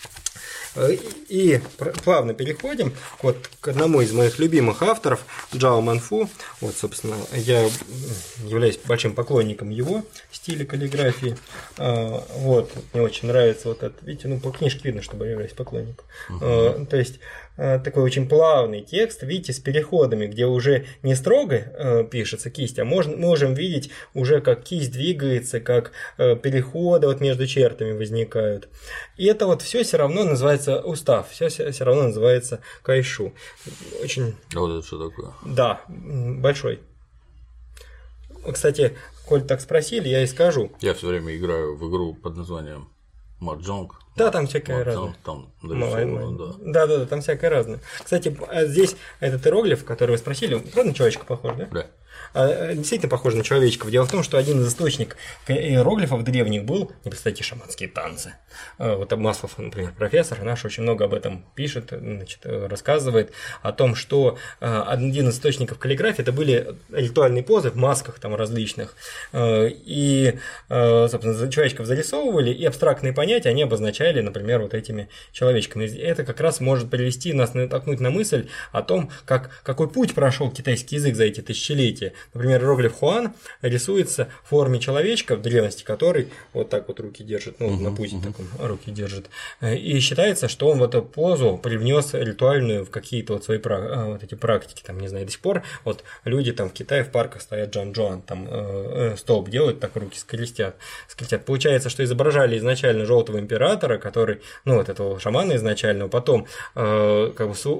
[SPEAKER 2] И плавно переходим вот к одному из моих любимых авторов, Джао Манфу. Вот, собственно, я являюсь большим поклонником его стиля каллиграфии. Вот, мне очень нравится вот это. Видите, ну, по книжке видно, что я являюсь поклонником. Uh-huh. То есть такой очень плавный текст, видите, с переходами, где уже не строго э, пишется кисть, а можно, можем видеть уже, как кисть двигается, как э, переходы вот между чертами возникают. И это вот все все равно называется устав, все все равно называется кайшу. Очень.
[SPEAKER 1] А вот это что такое?
[SPEAKER 2] Да, большой. Кстати, коль так спросили, я и скажу.
[SPEAKER 1] Я все время играю в игру под названием Маджонг.
[SPEAKER 2] Да, там всякое разное.
[SPEAKER 1] Там нарисовано, да.
[SPEAKER 2] Да, да, да, там всякое разное. Кстати, здесь этот иероглиф, который вы спросили, правда на человечка похож, да?
[SPEAKER 1] Да.
[SPEAKER 2] Действительно похож на человечков. Дело в том, что один из источников иероглифов древних был, не представьте, шаманские танцы. Вот Маслов, например, профессор наш очень много об этом пишет, значит, рассказывает о том, что один из источников каллиграфии это были ритуальные позы в масках там различных. И, собственно, человечков зарисовывали, и абстрактные понятия они обозначали, например, вот этими человечками. Это как раз может привести нас, натолкнуть на мысль о том, как, какой путь прошел китайский язык за эти тысячелетия. Например, иероглиф Хуан рисуется в форме человечка в древности, который вот так вот руки держит, ну, uh-huh, на пузе uh-huh. таком руки держит. И считается, что он в эту позу привнес ритуальную в какие-то вот свои вот эти практики, там, не знаю, до сих пор вот люди там в Китае в парках стоят джан-джуан, там э, столб делают, так руки скрестят, скрестят. Получается, что изображали изначально желтого императора, который, ну, вот этого шамана изначального, потом э, как бы вот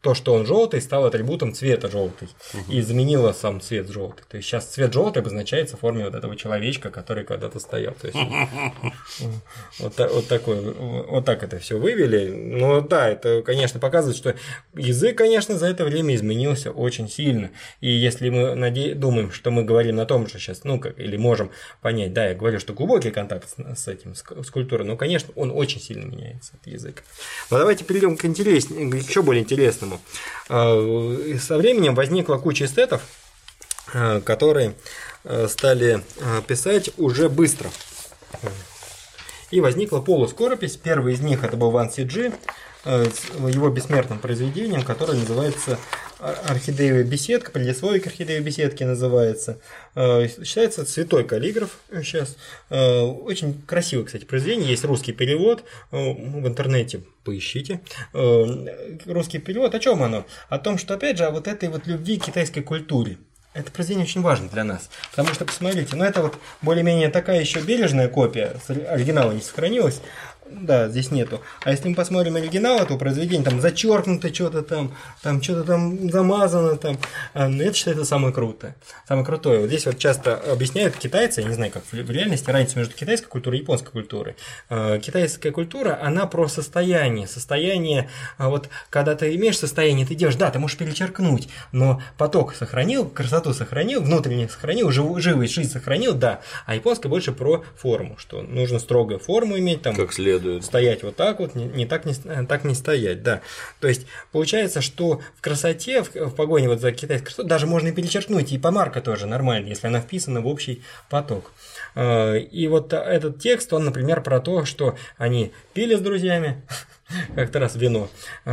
[SPEAKER 2] то, что он желтый, стало атрибутом цвета желтый и заменило сам цвет желтый. То есть сейчас цвет желтый обозначается в форме вот этого человечка, который когда-то стоял. То есть вот, вот такой, вот так это все вывели. Но да, это, конечно, показывает, что язык, конечно, за это время изменился очень сильно. И если мы наде... думаем, что мы говорим на том же сейчас, ну как, или можем понять, да, я говорю, что глубокий контакт с, с этим, с культурой, но, конечно, он очень сильно меняется, этот язык. Но давайте перейдем к интереснее, к еще более интересному. Со временем возникла куча эстетов, которые стали писать уже быстро. И возникла полускоропись. Первый из них это был Ван Сиджи, его бессмертным произведением, которое называется «Орхидеевая беседка», предисловие к «Орхидеевой беседке» называется. Считается святой каллиграф сейчас. Очень красивое, кстати, произведение. Есть русский перевод. В интернете поищите. Русский перевод. О чем оно? О том, что, опять же, о вот этой вот любви к китайской культуре. Это произведение очень важно для нас, потому что, посмотрите, ну это вот более-менее такая еще бережная копия, оригинала не сохранилась, да, здесь нету. А если мы посмотрим оригинал, то произведение там зачеркнуто что-то там, там что-то там замазано там, но это считается самое крутое, самое крутое. Вот здесь вот часто объясняют китайцы, я не знаю, как в реальности, разница между китайской культурой и японской культурой. Китайская культура, она про состояние, состояние, вот когда ты имеешь состояние, ты делаешь, да, ты можешь перечеркнуть, но поток сохранил, красоту сохранил, внутренне сохранил, живость, жизнь сохранил, да, а японская больше про форму, что нужно строгую форму иметь, там,
[SPEAKER 1] как следует.
[SPEAKER 2] Стоять вот так вот, не, не так не так не стоять, да. То есть получается, что в красоте, в, в погоне вот за китайской красотой даже можно и перечеркнуть, и помарка тоже нормально, если она вписана в общий поток. И вот этот текст, он, например, про то, что они пили с друзьями как-то раз вино,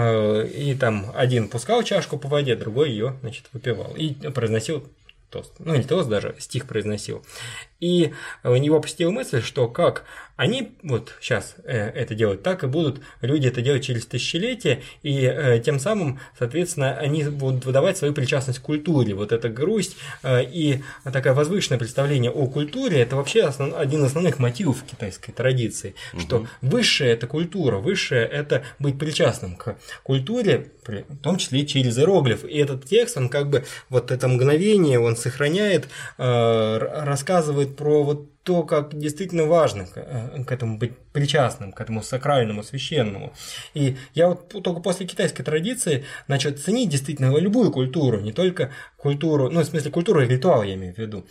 [SPEAKER 2] и там один пускал чашку по воде, другой ее, значит, выпивал и произносил тост, ну не тост даже, стих произносил. И у него посетила мысль, что как они вот сейчас это делают, так и будут люди это делать через тысячелетия, и тем самым, соответственно, они будут выдавать свою причастность к культуре. Вот эта грусть и такое возвышенное представление о культуре – это вообще основ, один из основных мотивов китайской традиции, угу. Что высшее – это культура, высшее – это быть причастным к культуре, в том числе и через иероглиф. И этот текст, он как бы вот это мгновение, он сохраняет, рассказывает про вот то, как действительно важно к, к этому быть причастным, к этому сакральному, священному. И я вот только после китайской традиции начал ценить действительно любую культуру, не только культуру, ну, в смысле, культуру и ритуал, я имею в виду,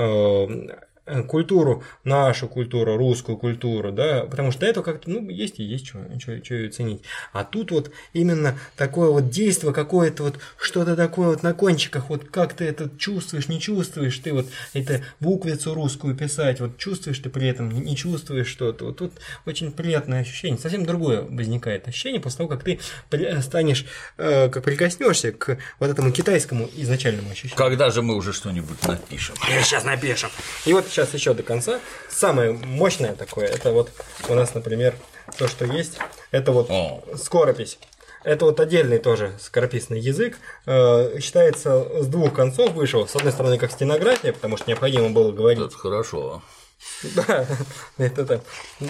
[SPEAKER 2] культуру, нашу культуру, русскую культуру, да, потому что это как-то, ну, есть и есть, что, что, что ее ценить. А тут вот именно такое вот действие, какое-то вот что-то такое вот на кончиках, вот как ты это чувствуешь, не чувствуешь, ты вот это буквицу русскую писать, вот чувствуешь ты при этом, не чувствуешь что-то. Вот тут очень приятное ощущение, совсем другое возникает ощущение после того, как ты станешь, как прикоснешься к вот этому китайскому изначальному ощущению.
[SPEAKER 1] Когда же мы уже что-нибудь напишем?
[SPEAKER 2] Сейчас напишем. И вот сейчас еще до конца. Самое мощное такое, это вот у нас, например, то, что есть, это вот О. скоропись. Это вот отдельный тоже скорописный язык. Считается, с двух концов вышел. С одной стороны, как стенография, потому что необходимо было говорить.
[SPEAKER 1] Это хорошо.
[SPEAKER 2] Да, это так.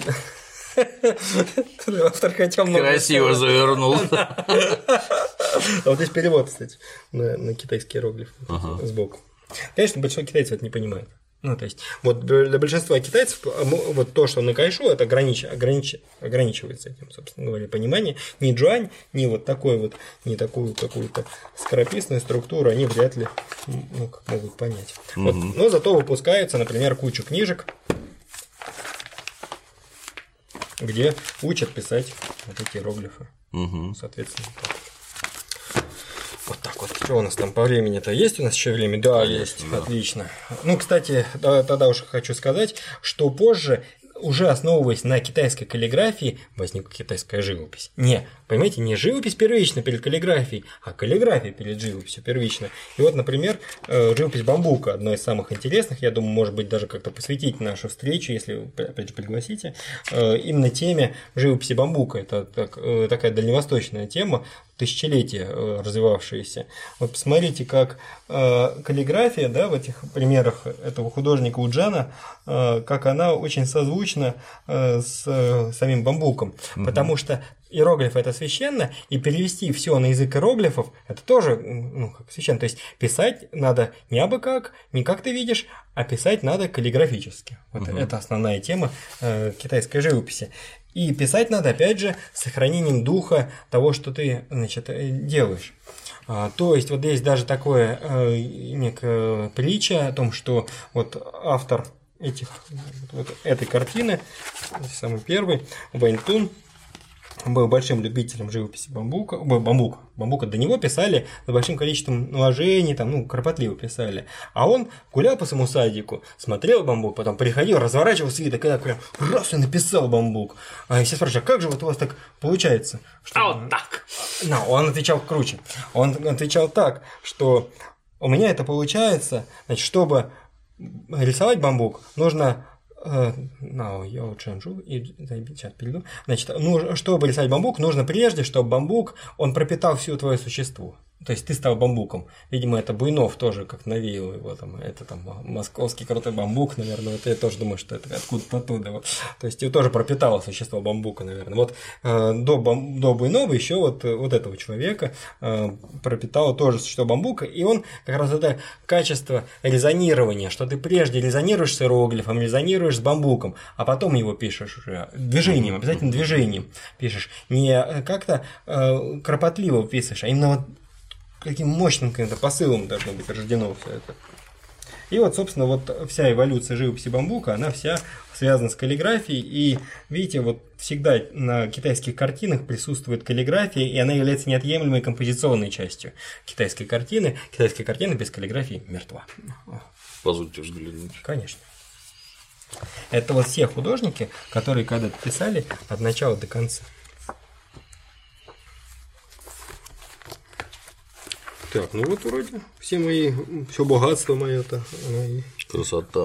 [SPEAKER 2] Автор хотел много.
[SPEAKER 1] Красиво завернул.
[SPEAKER 2] А вот здесь перевод, кстати, на китайский иероглиф сбоку. Конечно, большинство китайцев это не понимает. Ну, то есть, вот для большинства китайцев вот то, что на кайшу, это огранич... Огранич... ограничивается этим, собственно говоря, понимание. Ни джуань, ни вот такой вот, ни такую какую-то скорописную структуру они вряд ли, ну, как могут понять. Mm-hmm. Вот. Но зато выпускается, например, кучу книжек, где учат писать вот эти иероглифы. Mm-hmm. Соответственно, так. Вот так вот. Что у нас там по времени-то? Есть у нас еще время? Да, есть. Да. Отлично. Ну, кстати, тогда уже хочу сказать, что позже, уже основываясь на китайской каллиграфии, возникла китайская живопись. Не, понимаете, не живопись первична перед каллиграфией, а каллиграфия перед живописью первична. И вот, например, живопись бамбука, одно из самых интересных, я думаю, может быть, даже как-то посвятить нашу встречу, если вы, опять же, пригласите, именно теме живописи бамбука. Это так, такая дальневосточная тема, тысячелетия развивавшиеся. Вот посмотрите, как каллиграфия, да, в этих примерах этого художника Уджана, как она очень созвучна созвучно э, с э, самим бамбуком, угу. потому что иероглиф – это священно, и перевести все на язык иероглифов – это тоже ну, как священно. То есть писать надо не абы как, не как ты видишь, а писать надо каллиграфически. Вот угу. это основная тема э, китайской живописи. И писать надо, опять же, с сохранением духа того, что ты, значит, делаешь. А, то есть вот есть даже такое э, некое притча о том, что вот автор этих, вот этой картины, самый первый, Вэнь Тун, был большим любителем живописи бамбука, бамбука, бамбука, до него писали с большим количеством наложений, там, ну, кропотливо писали, а он гулял по своему садику, смотрел бамбук, потом приходил, разворачивался и такая прям раз и написал бамбук. А все спрашивают, а как же вот у вас так получается? Что...
[SPEAKER 1] А вот так!
[SPEAKER 2] No, он отвечал круче, он отвечал так, что у меня это получается, значит, чтобы рисовать бамбук, нужно... No, я ченжу и сейчас перейду. Значит, ну, чтобы рисовать бамбук, нужно прежде, чтобы бамбук, он пропитал всю твое существо. То есть ты стал бамбуком. Видимо, это Буйнов тоже как навеял его там. Это там московский крутой бамбук, наверное. Это я тоже думаю, что это откуда-то оттуда. Вот. То есть его тоже пропитало существо бамбука, наверное. Вот э, до, бам, до Буйнова еще вот, вот этого человека э, пропитало тоже существо бамбука. И он как раз это качество резонирования, что ты прежде резонируешь с иероглифом, резонируешь с бамбуком, а потом его пишешь уже движением, обязательно движением пишешь. Не как-то э, кропотливо пишешь, а именно вот каким мощным каким-то посылом должно быть рождено все это. И вот, собственно, вот вся эволюция живописи бамбука, она вся связана с каллиграфией. И, видите, вот всегда на китайских картинах присутствует каллиграфия, и она является неотъемлемой композиционной частью китайской картины. Китайская картина без каллиграфии мертва.
[SPEAKER 1] Позвольте взглянуть.
[SPEAKER 2] Конечно. Это вот все художники, которые когда-то писали от начала до конца. Так, ну вот вроде все мои, все богатство мое-то. И...
[SPEAKER 1] Красота.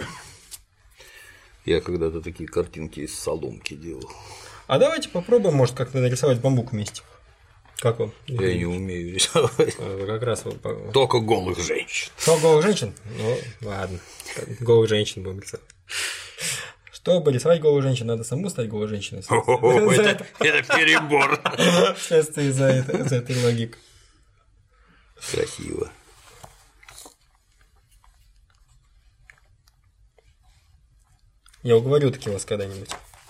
[SPEAKER 1] Я когда-то такие картинки из соломки делал.
[SPEAKER 2] А давайте попробуем, может, как-то нарисовать бамбук вместе. Как вам?
[SPEAKER 1] Я не умею рисовать.
[SPEAKER 2] А, как раз вот...
[SPEAKER 1] Только голых женщин.
[SPEAKER 2] Только голых женщин? Ну, ладно. Голых женщин будем рисовать. Чтобы рисовать голую женщину, надо саму стать голой женщиной.
[SPEAKER 1] Это перебор.
[SPEAKER 2] Вследствие из-за этой логики.
[SPEAKER 1] Красиво.
[SPEAKER 2] Я уговорю таки вас когда-нибудь.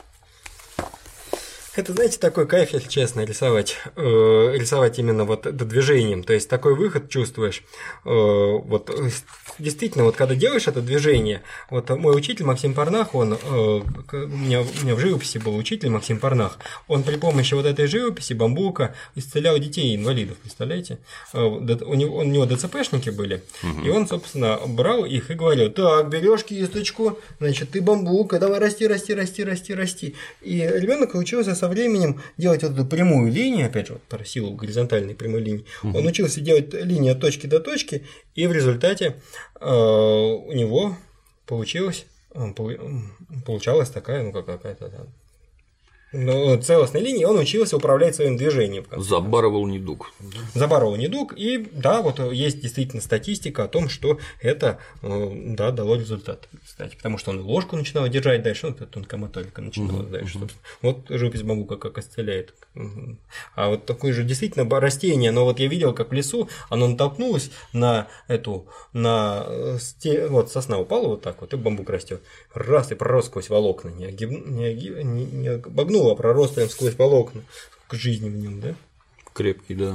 [SPEAKER 2] Это, знаете, такой кайф, если честно, рисовать. Э, рисовать именно вот движением. То есть такой выход чувствуешь. Э, вот действительно, вот когда делаешь это движение, вот мой учитель Максим Парнах, он, э, у, меня, у меня в живописи был учитель Максим Парнах, он при помощи вот этой живописи, бамбука, исцелял детей инвалидов, представляете? Э, у, него, у него ДЦПшники были, угу. И он, собственно, брал их и говорил: так, берешь кисточку, значит, ты бамбук, давай расти, расти, расти, расти, расти. И ребенок учился со временем делать вот эту прямую линию, опять же, вот про силу горизонтальной прямой линии, угу. Он учился делать линию от точки до точки, и в результате э, у него получилось, получалась такая, ну, какая-то ну, целостной линии, он учился управлять своим движением.
[SPEAKER 1] Забарывал недуг.
[SPEAKER 2] Забарывал недуг, и да, вот есть действительно статистика о том, что это да, дало результат, кстати, потому что он ложку начинал держать дальше, ну, это тонкомоторика начинала uh-huh, дальше. Uh-huh. Вот живопись бамбука как исцеляет. А вот такое же действительно растение, но вот я видел, как в лесу оно натолкнулось на эту, на вот сосна упала вот так вот, и бамбук растет. Раз, и пророс сквозь волокна, не, огиб... не, огиб... не, не обогнул, а пророс прям сквозь волокна. К жизни в нем, да?
[SPEAKER 1] Крепкий, да.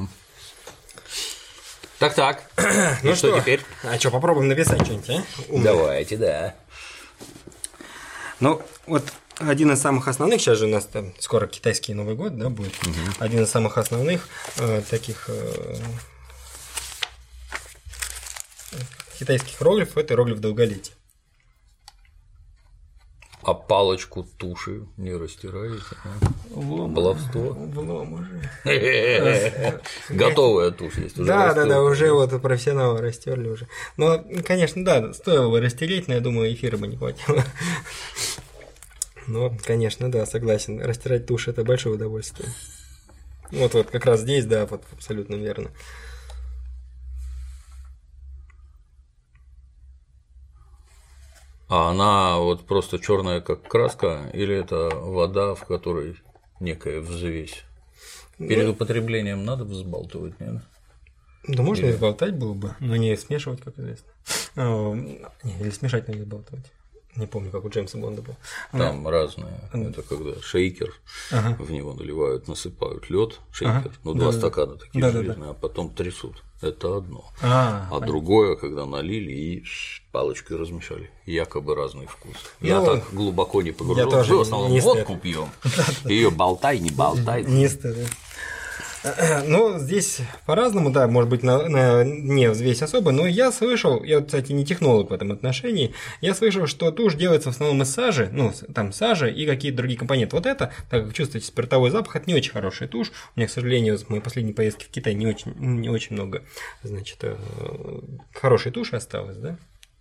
[SPEAKER 1] Так-так.
[SPEAKER 2] Ну
[SPEAKER 1] что, что теперь?
[SPEAKER 2] А что, попробуем написать что-нибудь, а?
[SPEAKER 1] Умный. Давайте, да.
[SPEAKER 2] Ну, вот один из самых основных, сейчас же у нас там скоро китайский Новый год, да, будет. Угу. Один из самых основных э, таких э, китайских иероглифов – это иероглиф долголетия.
[SPEAKER 1] А палочку туши не растираете? Баловство. Готовая тушь есть уже.
[SPEAKER 2] Да, да, да, уже вот профессионалы растерли уже. Но, конечно, да, стоило бы растереть, но я думаю, эфира бы не хватило. Но, конечно, да, согласен. Растирать тушь – это большое удовольствие. Вот, вот, как раз здесь, да, вот абсолютно верно.
[SPEAKER 1] А она вот просто черная как краска, или это вода, в которой некая взвесь? Перед употреблением надо взбалтывать, нет?
[SPEAKER 2] Да можно
[SPEAKER 1] Или...
[SPEAKER 2] и сболтать было бы, но не смешивать, как известно. А, не, или смешать, но не сболтывать. Не помню, как у Джеймса Бонда было.
[SPEAKER 1] Там а, разное. А, это когда шейкер, ага. в него наливают, насыпают лед, шейкер, ага. ну два да, стакана да, такие да, железные, да, да. а потом трясут. Это одно. А, а другое, когда налили и палочкой размешали. Якобы разный вкус. Ну, я так глубоко не погружен. Мы в основном водку пьем. Ее болтай, не болтай.
[SPEAKER 2] Не стыдно. Ну, здесь по-разному, да, может быть, на, на не взвесь особо, но я слышал, я, кстати, не технолог в этом отношении, я слышал, что тушь делается в основном из сажи, ну, там сажа и какие-то другие компоненты. Вот это, так как чувствуете спиртовой запах, это не очень хорошая тушь. У меня, к сожалению, с моей последней поездки в Китай не очень, не очень много, значит, хорошей туши осталось, да.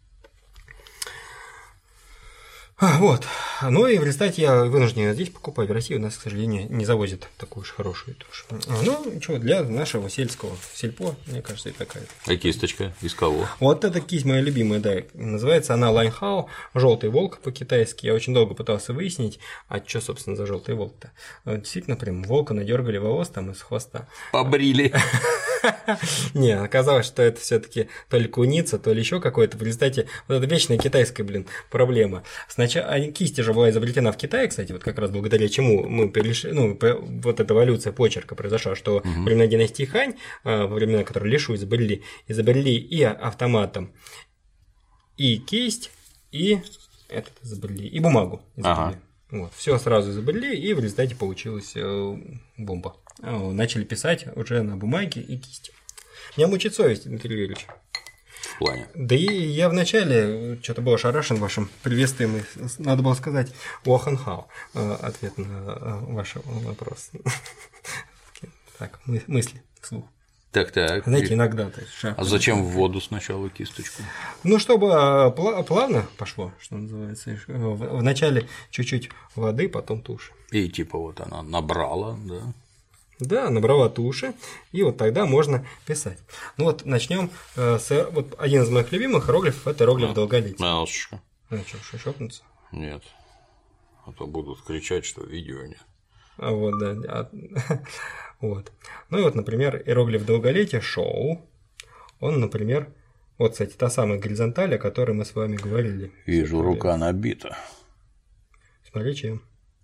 [SPEAKER 2] А, вот. Ну и в результате я вынужден здесь покупать. В России у нас, к сожалению, не завозят такую уж хорошую тушь. Ну, что, для нашего сельского сельпо, мне кажется, и такая.
[SPEAKER 1] А кисточка из кого?
[SPEAKER 2] Вот эта кисть моя любимая, да. Называется она Лайнхао, желтый волк по-китайски. Я очень долго пытался выяснить, а что, собственно, за желтый волк-то. Действительно, прям волка надергали волос там из хвоста.
[SPEAKER 1] Побрили.
[SPEAKER 2] Не, оказалось, что это все-таки то ли куница, то ли еще какое-то. В результате вот это вечная китайская, блин, проблема. Сначала кисть же была изобретена в Китае, кстати, вот как раз благодаря чему мы перешли, ну, вот эта эволюция почерка произошла, что угу. во времена династии Хань, во времена, которые Лишу изобрели, изобрели и автоматом, и кисть, и этот изобрели, и бумагу изобрели. Ага. Вот, все сразу изобрели, и в результате получилась бомба. Начали писать уже на бумаге и кисти. Меня мучит совесть, Дмитрий Юрьевич.
[SPEAKER 1] В плане.
[SPEAKER 2] Да и я вначале что-то был ошарашен вашим приветствием, надо было сказать «Уаханхао», ответ на ваш вопрос. Так, мысли вслух.
[SPEAKER 1] Так, так.
[SPEAKER 2] Знаете, иногда.
[SPEAKER 1] А зачем в воду сначала кисточку?
[SPEAKER 2] Ну, чтобы плавно пошло, что называется. Вначале чуть-чуть воды, потом туши.
[SPEAKER 1] И типа вот она набрала, да?
[SPEAKER 2] Да, набрала туши, и вот тогда можно писать. Ну вот начнем с вот один из моих любимых иероглифов, это иероглиф долголетия.
[SPEAKER 1] Минуточку.
[SPEAKER 2] Ну что, шокнуться?
[SPEAKER 1] Нет. А то будут кричать, что видео нет.
[SPEAKER 2] А вот, да. А... вот. Ну и вот, например, иероглиф долголетия шоу. Он, например, вот, кстати, та самая горизонталь, о которой мы с вами говорили.
[SPEAKER 1] Вижу, рука набита.
[SPEAKER 2] Смотри, чем.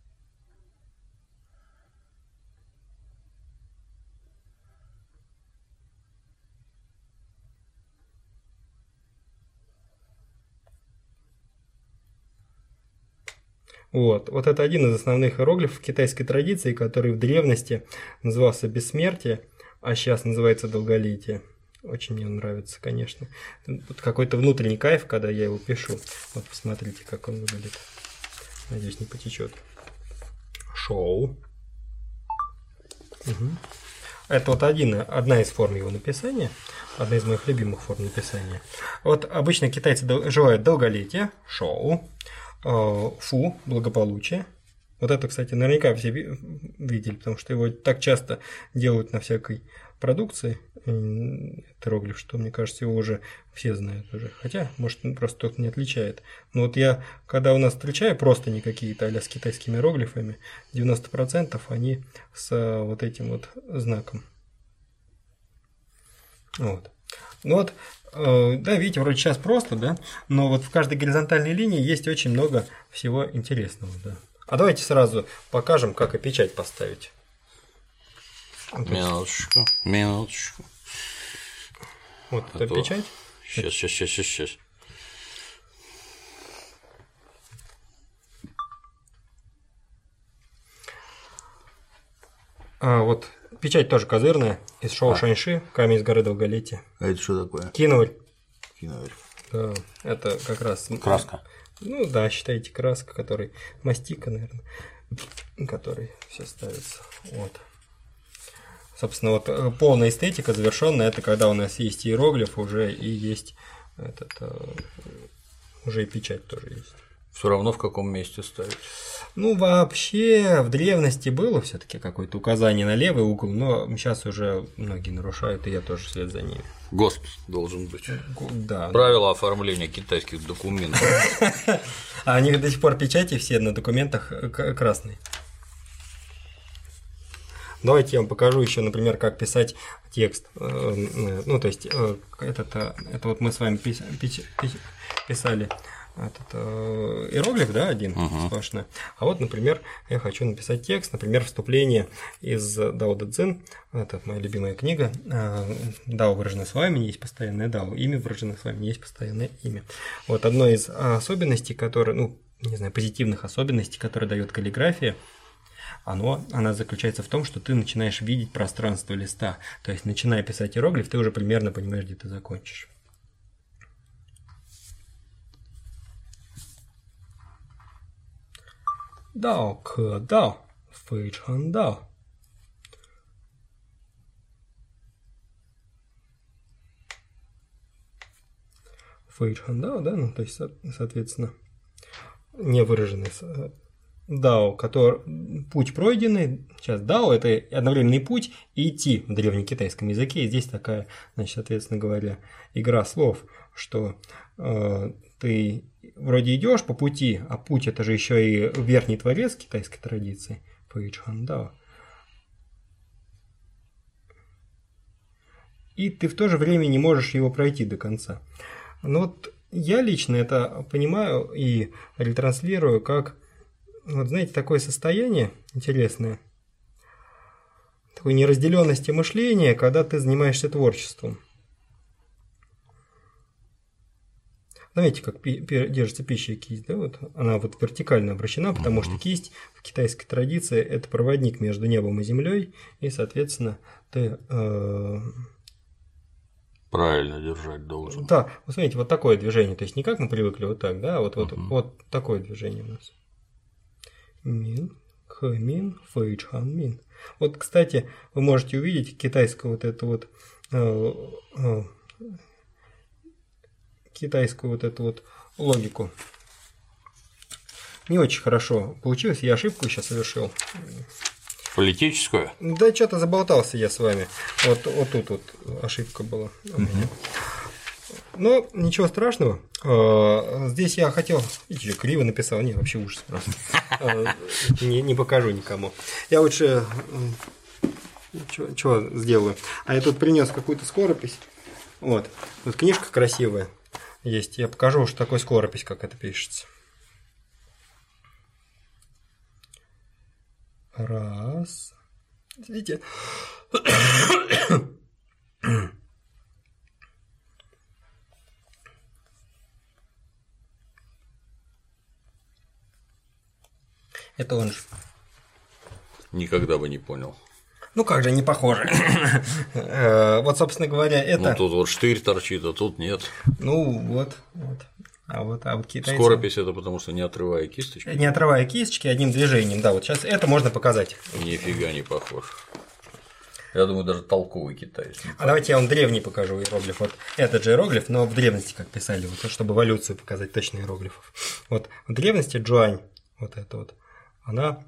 [SPEAKER 2] Вот. вот это один из основных иероглифов китайской традиции, который в древности назывался бессмертие, а сейчас называется долголетие. Очень мне он нравится, конечно. Тут какой-то внутренний кайф, когда я его пишу. Вот посмотрите, как он выглядит. Надеюсь, не потечет. Шоу. Угу. Это вот один, одна из форм его написания, одна из моих любимых форм написания. Вот обычно китайцы желают долголетия, шоу. Фу, благополучие. Вот это, кстати, наверняка все видели, потому что его так часто делают на всякой продукции. Это иероглиф, что, мне кажется, его уже все знают уже. Хотя, может, просто кто-то не отличает. Но вот я, когда у нас встречаю просто не какие-то а-ля с китайскими иероглифами, девяносто процентов они с вот этим вот знаком. Вот. Ну вот, да, видите, вроде сейчас просто, да, но вот в каждой горизонтальной линии есть очень много всего интересного, да. А давайте сразу покажем, как и печать поставить.
[SPEAKER 1] Минуточку, минуточку.
[SPEAKER 2] Вот а это печать.
[SPEAKER 1] Сейчас, сейчас, сейчас, сейчас, сейчас.
[SPEAKER 2] А, вот. Печать тоже козырная, из шоу а. Шаньши, камень с горы долголетия.
[SPEAKER 1] А это что такое?
[SPEAKER 2] Киноварь.
[SPEAKER 1] Киноварь.
[SPEAKER 2] Да, это как раз...
[SPEAKER 1] Краска.
[SPEAKER 2] Ну да, считайте, краска, который... Мастика, наверное, который все ставится. Вот. Собственно, вот полная эстетика завершенная, это когда у нас есть иероглиф уже и есть этот... Уже и печать тоже есть.
[SPEAKER 1] Все равно в каком месте ставить.
[SPEAKER 2] Ну, вообще, в древности было все-таки какое-то указание на левый угол, но сейчас уже многие нарушают, и я тоже вслед за ними.
[SPEAKER 1] ГОСТ должен быть.
[SPEAKER 2] Да.
[SPEAKER 1] Правила оформления китайских документов.
[SPEAKER 2] А они до сих пор печати все на документах красные. Давайте я вам покажу еще, например, как писать текст. Ну, то есть, этот, это вот мы с вами писали этот э, иероглиф, да, один uh-huh. сплошной. А вот, например, я хочу написать текст, например, вступление из Дао Дэ Цзин, это моя любимая книга. Дао выражено словами, есть постоянное дао, имя выражено словами, есть постоянное имя. Вот одно из особенностей, которые, ну, не знаю, позитивных особенностей, которые дает каллиграфия, оно, она заключается в том, что ты начинаешь видеть пространство листа. То есть, начиная писать иероглиф, ты уже примерно понимаешь, где ты закончишь. Дао, к дао, фэй чан дао. Фэй чан дао, да, ну, то есть, соответственно, невыраженный дао, который путь пройденный. Сейчас дао – это одновременный путь и идти в древнекитайском языке. И здесь такая, значит, соответственно говоря, игра слов, что э, ты вроде идешь по пути, а путь это же еще и верхний творец китайской традиции, Фэй чан дао. И ты в то же время не можешь его пройти до конца. Но вот я лично это понимаю и ретранслирую как, вот знаете, такое состояние интересное, такой неразделенности мышления, когда ты занимаешься творчеством. Знаете, как пи- пи- держится пища и кисть, да, вот она вот вертикально обращена, потому mm-hmm. что кисть в китайской традиции это проводник между небом и землей, и, соответственно, ты э...
[SPEAKER 1] правильно держать должен.
[SPEAKER 2] Да, вот смотрите, вот такое движение, то есть не как мы привыкли вот так, да, вот, вот, mm-hmm. вот такое движение у нас. Мин, хэмин, фэй чан мин. Вот, кстати, вы можете увидеть китайскую вот эту вот э, э, китайскую вот эту вот логику. Не очень хорошо получилось, я ошибку сейчас совершил.
[SPEAKER 1] Политическую?
[SPEAKER 2] Да, что-то заболтался я с вами. Вот, вот тут вот ошибка была у меня. Но ничего страшного. Здесь я хотел... Видите, криво написал. Не, вообще ужас просто. Не, не покажу никому. Я лучше... Что сделаю? А я тут принес какую-то скоропись. Вот. Вот книжка красивая есть. Я покажу, что такое скоропись, как это пишется. Раз. Видите? Это он же.
[SPEAKER 1] Никогда бы не понял.
[SPEAKER 2] Ну как же, не похоже. Вот, собственно говоря, это...
[SPEAKER 1] Ну тут вот штырь торчит, а тут нет.
[SPEAKER 2] Ну вот, вот. А вот, а вот китайцы...
[SPEAKER 1] Скоропись это потому, что не отрывая кисточки?
[SPEAKER 2] Не отрывая кисточки, одним движением, да, вот сейчас это можно показать.
[SPEAKER 1] Нифига не похож. Я думаю, даже толковый китаец.
[SPEAKER 2] А давайте я вам древний покажу иероглиф. Вот этот же иероглиф, но в древности как писали, вот, чтобы эволюцию показать точно иероглифов. Вот в древности Джуань, вот это вот, она...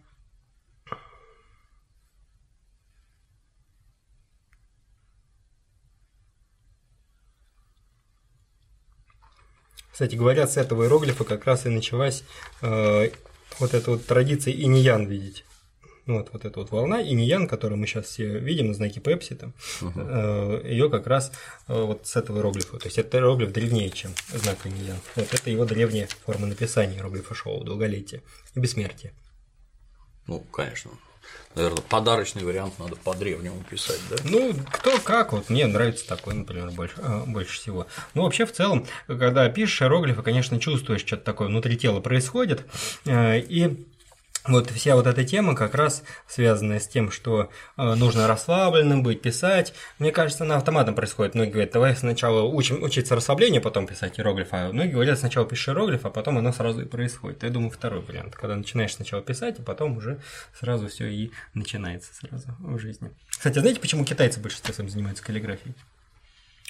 [SPEAKER 2] Кстати, говорят, с этого иероглифа как раз и началась э, вот эта вот традиция инь-ян видеть. Вот, вот эта вот волна инь-ян, которую мы сейчас все видим на знаке Пепси, там, uh-huh. э, ее как раз э, вот с этого иероглифа. То есть это иероглиф древнее, чем знак инь-ян. Вот это его древняя форма написания иероглифа Шоу, долголетие и бессмертие.
[SPEAKER 1] Ну, конечно. Наверное, подарочный вариант надо по-древнему писать, да?
[SPEAKER 2] Ну, кто как, вот мне нравится такой, например, больше, больше всего. Ну, вообще, в целом, когда пишешь иероглифы, конечно, чувствуешь, что-то такое внутри тела происходит, и вот вся вот эта тема как раз связанная с тем, что нужно расслабленным быть, писать. Мне кажется, она автоматом происходит. Многие говорят, давай сначала учим, учиться расслаблению, потом писать иероглиф. А многие говорят, сначала пишешь иероглиф, а потом оно сразу и происходит. Я думаю, второй вариант, когда начинаешь сначала писать, а потом уже сразу все и начинается сразу в жизни. Кстати, знаете, почему китайцы в большинстве своем занимаются каллиграфией?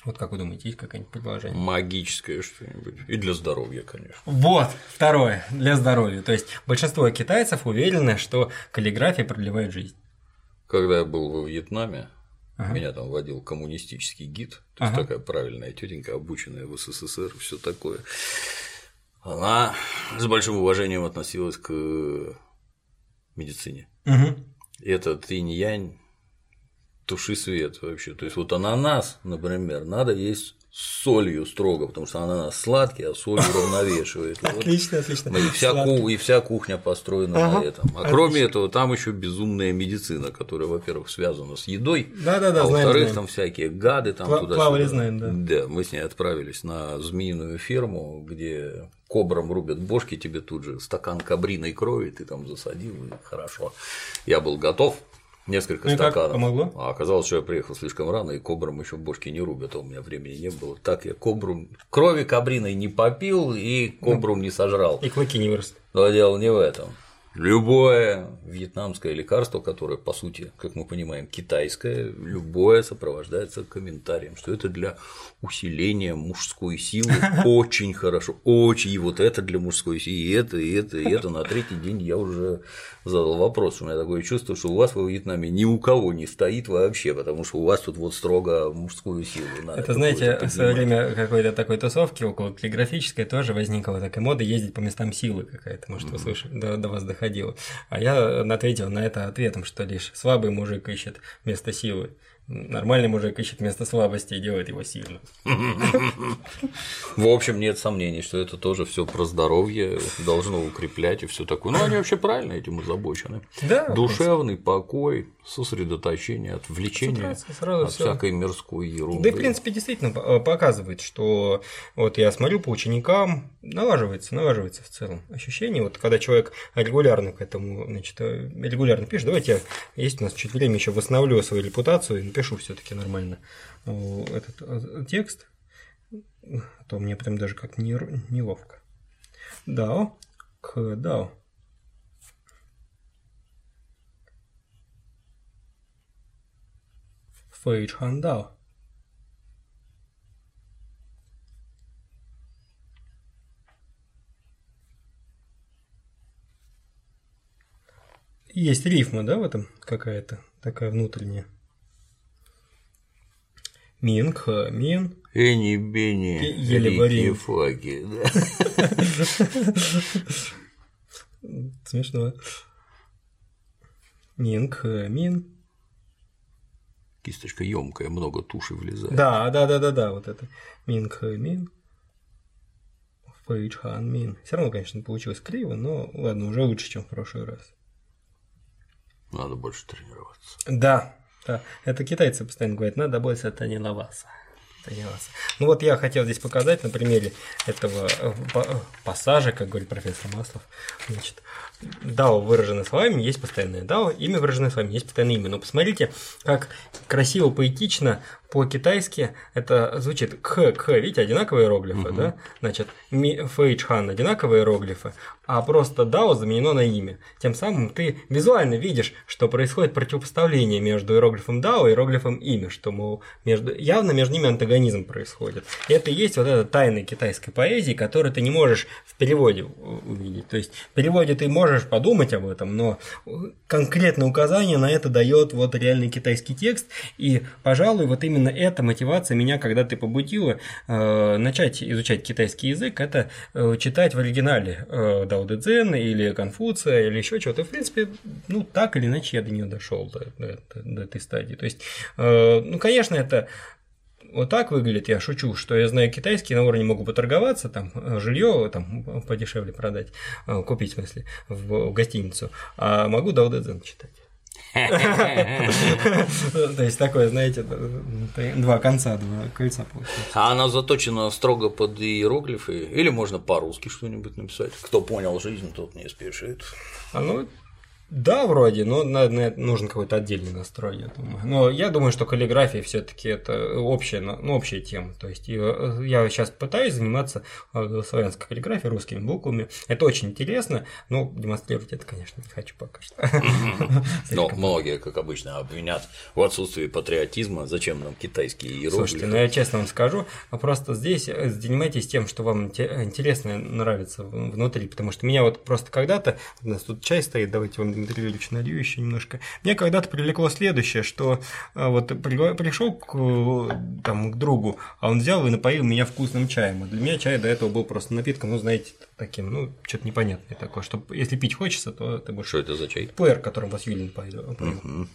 [SPEAKER 2] Вот как вы думаете, есть какое-нибудь предложение?
[SPEAKER 1] Магическое что-нибудь. И для здоровья, конечно.
[SPEAKER 2] Вот, второе, для здоровья. То есть большинство китайцев уверены, что каллиграфия продлевает жизнь.
[SPEAKER 1] Когда я был во Вьетнаме,
[SPEAKER 2] Ага.
[SPEAKER 1] меня там водил коммунистический гид, то есть
[SPEAKER 2] Ага.
[SPEAKER 1] такая правильная тетенька, обученная в СССР, все такое. Она с большим уважением относилась к медицине.
[SPEAKER 2] Угу.
[SPEAKER 1] Это инь-янь, туши свет вообще. То есть вот ананас, например, надо есть с солью строго, потому что ананас сладкий, а соль уравновешивает. Вот.
[SPEAKER 2] Отлично, отлично.
[SPEAKER 1] И вся, ку- и вся кухня построена
[SPEAKER 2] Ага.
[SPEAKER 1] на этом. А кроме этого, там еще безумная медицина, которая, во-первых, связана с едой,
[SPEAKER 2] Да-да-да,
[SPEAKER 1] а
[SPEAKER 2] знаем,
[SPEAKER 1] во-вторых,
[SPEAKER 2] знаем.
[SPEAKER 1] там всякие гады там
[SPEAKER 2] Пла-
[SPEAKER 1] туда
[SPEAKER 2] плавали, знаем, да.
[SPEAKER 1] Да, мы с ней отправились на змеиную ферму, где кобрам рубят бошки, тебе тут же стакан кобриной крови, ты там засадил, и хорошо. Я был готов. Несколько
[SPEAKER 2] Ну и как,
[SPEAKER 1] стаканов.
[SPEAKER 2] помогло?
[SPEAKER 1] А оказалось, что я приехал слишком рано, и кобрам еще бошки не рубят, а у меня времени не было. Так я кобру крови кобриной не попил и кобру не сожрал.
[SPEAKER 2] И клыки не выросли.
[SPEAKER 1] Но дело не в этом. Любое вьетнамское лекарство, которое, по сути, как мы понимаем, китайское, любое сопровождается комментарием, что это для усиления мужской силы очень хорошо, очень, и вот это для мужской силы, и это, и это, и это. На третий день я уже задал вопрос, у меня такое чувство, что у вас во Вьетнаме ни у кого не стоит вообще, потому что у вас тут вот строго мужскую силу надо.
[SPEAKER 2] Это, знаете, в свое время какой-то такой тусовки около каллиграфической тоже возникла такая мода ездить по местам силы какая-то, может, вы слышали, до, до вас доходило. А я ответил на это ответом, что лишь слабый мужик ищет место силы, нормальный мужик ищет место слабости и делает его сильным.
[SPEAKER 1] В общем, нет сомнений, что это тоже все про здоровье, должно укреплять и все такое. Ну, они вообще правильно этим озабочены.
[SPEAKER 2] Да,
[SPEAKER 1] душевный покой, сосредоточение, отвлечение
[SPEAKER 2] сразу
[SPEAKER 1] от
[SPEAKER 2] всё.
[SPEAKER 1] всякой мирской ерунды.
[SPEAKER 2] Да и, в принципе, действительно п- показывает, что вот я смотрю по ученикам, налаживается, налаживается в целом ощущение, вот когда человек регулярно к этому, значит, э, регулярно пишет, давайте я, есть у нас чуть время, еще восстановлю свою репутацию и напишу все-таки нормально э, этот э, текст, а то мне прям даже как не- неловко. дао к дао. Фэйчхан дао. Есть рифма, да, в этом какая-то такая внутренняя. Мин, х, мин.
[SPEAKER 1] Эни, бени,
[SPEAKER 2] Еле
[SPEAKER 1] рики,
[SPEAKER 2] варенье.
[SPEAKER 1] факи. Да.
[SPEAKER 2] Смешно. Мин, х, мин.
[SPEAKER 1] Кисточка емкая, много туши влезает.
[SPEAKER 2] Да, да, да, да, да, вот это. Мин, х, мин. Фэйчхан, мин. Все равно, конечно, получилось криво, но ладно, уже лучше, чем в прошлый раз.
[SPEAKER 1] Надо больше тренироваться.
[SPEAKER 2] Да, да. Это китайцы постоянно говорят, надо больше тренироваться. тренироваться. Ну вот я хотел здесь показать на примере этого пассажа, как говорит профессор Маслов. Значит, дао выражено словами, есть постоянное дао, имя выражено словами, есть постоянное имя. Но посмотрите, как красиво, поэтично по-китайски это звучит. К, к, видите, одинаковые иероглифы, угу. да? Значит, фэйчхан одинаковые иероглифы, а просто дао заменено на имя. Тем самым ты визуально видишь, что происходит противопоставление между иероглифом дао и иероглифом имя, что, мол, между... явно между ними антагонизм происходит. И это и есть вот эта тайна китайской поэзии, которую ты не можешь в переводе увидеть. То есть в переводе ты можешь подумать об этом, но конкретное указание на это дает вот реальный китайский текст. И, пожалуй, вот именно эта мотивация меня когда-то побудила э, начать изучать китайский язык, это э, читать в оригинале э, Дао Дэ Цзэн или Конфуция или еще чего-то. В принципе, ну так или иначе я до нее дошел до, до, до этой стадии. То есть, э, ну, конечно, это вот так выглядит, я шучу, что я знаю китайский, на уровне могу поторговаться, там, жилье там, подешевле продать, купить, в смысле, в, в гостиницу, а могу Дао Дэ Цзэн читать. То есть такое, знаете, два конца, два кольца получается.
[SPEAKER 1] А она заточена строго под иероглифы, или можно по-русски что-нибудь написать? Кто понял жизнь, тот не спешит.
[SPEAKER 2] А ну, Да, вроде, но нужен какой-то отдельный настрой, я думаю. Но я думаю, что каллиграфия все-таки это общая, ну, общая тема. То есть я сейчас пытаюсь заниматься славянской каллиграфией, русскими буквами. Это очень интересно, но демонстрировать это, конечно, не хочу пока что.
[SPEAKER 1] Но многие, как обычно, обвинят в отсутствии патриотизма. Зачем нам китайские иероглифы?
[SPEAKER 2] Слушайте, ну я честно вам скажу, просто здесь занимайтесь тем, что вам интересно, нравится внутри, потому что меня вот просто когда-то, у нас тут чай стоит, давайте вам Дмитрий Юрьевич налью еще немножко. Меня когда-то привлекло следующее, что вот пришел к, там, к другу, а он взял и напоил меня вкусным чаем. А для меня чай до этого был просто напитком, ну, знаете, таким, ну, что-то непонятное такое, что если пить хочется, то ты будешь…
[SPEAKER 1] Что это за чай?
[SPEAKER 2] Пуэр, которым вас Юлин поил.
[SPEAKER 1] Угу.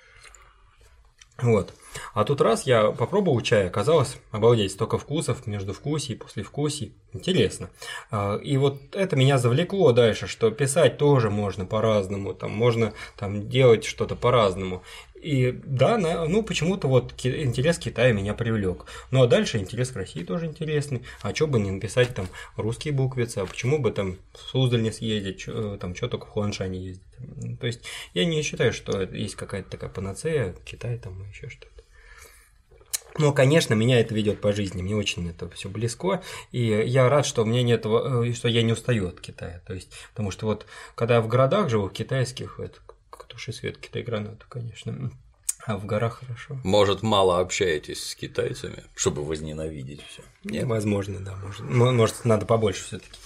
[SPEAKER 2] Вот. А тут раз я попробовал чай, оказалось, обалдеть, столько вкусов, между вкусей, послевкусий. Интересно. И вот это меня завлекло дальше, что писать тоже можно по-разному, там можно там, делать что-то по-разному. И да, ну почему-то вот интерес к Китаю меня привлек. Ну а дальше интерес к России тоже интересный. А что бы не написать там русские буквицы, а почему бы там в Суздаль не съездить, там что только в Хуаншань ездить. То есть я не считаю, что есть какая-то такая панацея, Китай там и еще что-то. Но, конечно, меня это ведет по жизни, мне очень это все близко, и я рад, что у меня нет, что я не устаю от Китая. То есть, потому что вот когда я в городах живу, китайских, это туши свет, Китай гранату, конечно. А в горах хорошо.
[SPEAKER 1] Может, мало общаетесь с китайцами, чтобы возненавидеть все?
[SPEAKER 2] Нет? Возможно, да, может. Может, надо побольше все-таки.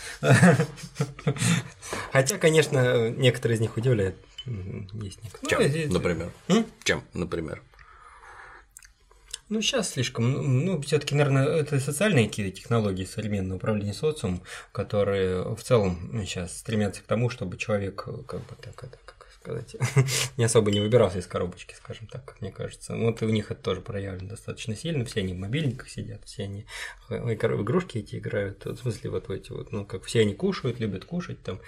[SPEAKER 2] Хотя, конечно, некоторые из них удивляют. Есть некоторые.
[SPEAKER 1] Чем, например? Чем, например?
[SPEAKER 2] Ну, сейчас слишком, ну, все-таки, наверное, это социальные какие-то технологии современного управления социумом, которые в целом сейчас стремятся к тому, чтобы человек, как бы так, это, как сказать, не особо не выбирался из коробочки, скажем так, как мне кажется. Вот и у них это тоже проявлено достаточно сильно, все они в мобильниках сидят, все они в игрушки эти играют, в смысле, вот в эти вот, ну, как все они кушают, любят кушать там.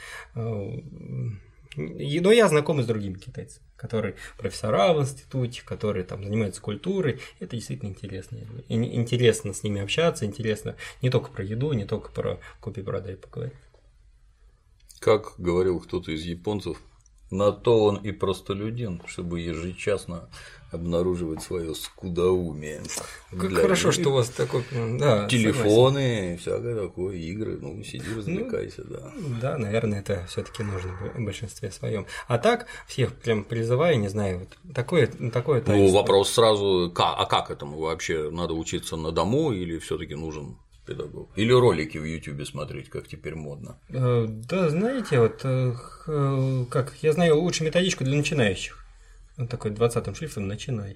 [SPEAKER 2] Но я знаком с другими китайцами, которые профессора в институте, которые там занимаются культурой. Это действительно интересно. И интересно с ними общаться, интересно не только про еду, не только про купи-продай поговорить.
[SPEAKER 1] Как говорил кто-то из японцев, на то он и простолюдин, чтобы ежечасно обнаруживать свое скудоумие.
[SPEAKER 2] Как хорошо, людей. Что у вас такой… Да,
[SPEAKER 1] телефоны, согласен. Всякое такое, игры, ну, сиди, развлекайся, ну, да.
[SPEAKER 2] Да, наверное, это все-таки нужно в большинстве своем. А так, всех прям призываю, не знаю, вот такое, такое
[SPEAKER 1] Ну, вопрос сразу, а как этому вообще? Надо учиться на дому или все-таки нужен педагог? Или ролики в Ютубе смотреть, как теперь модно?
[SPEAKER 2] Да, знаете, вот как я знаю лучшую методичку для начинающих. Вот такой двадцатым шрифтом начинай.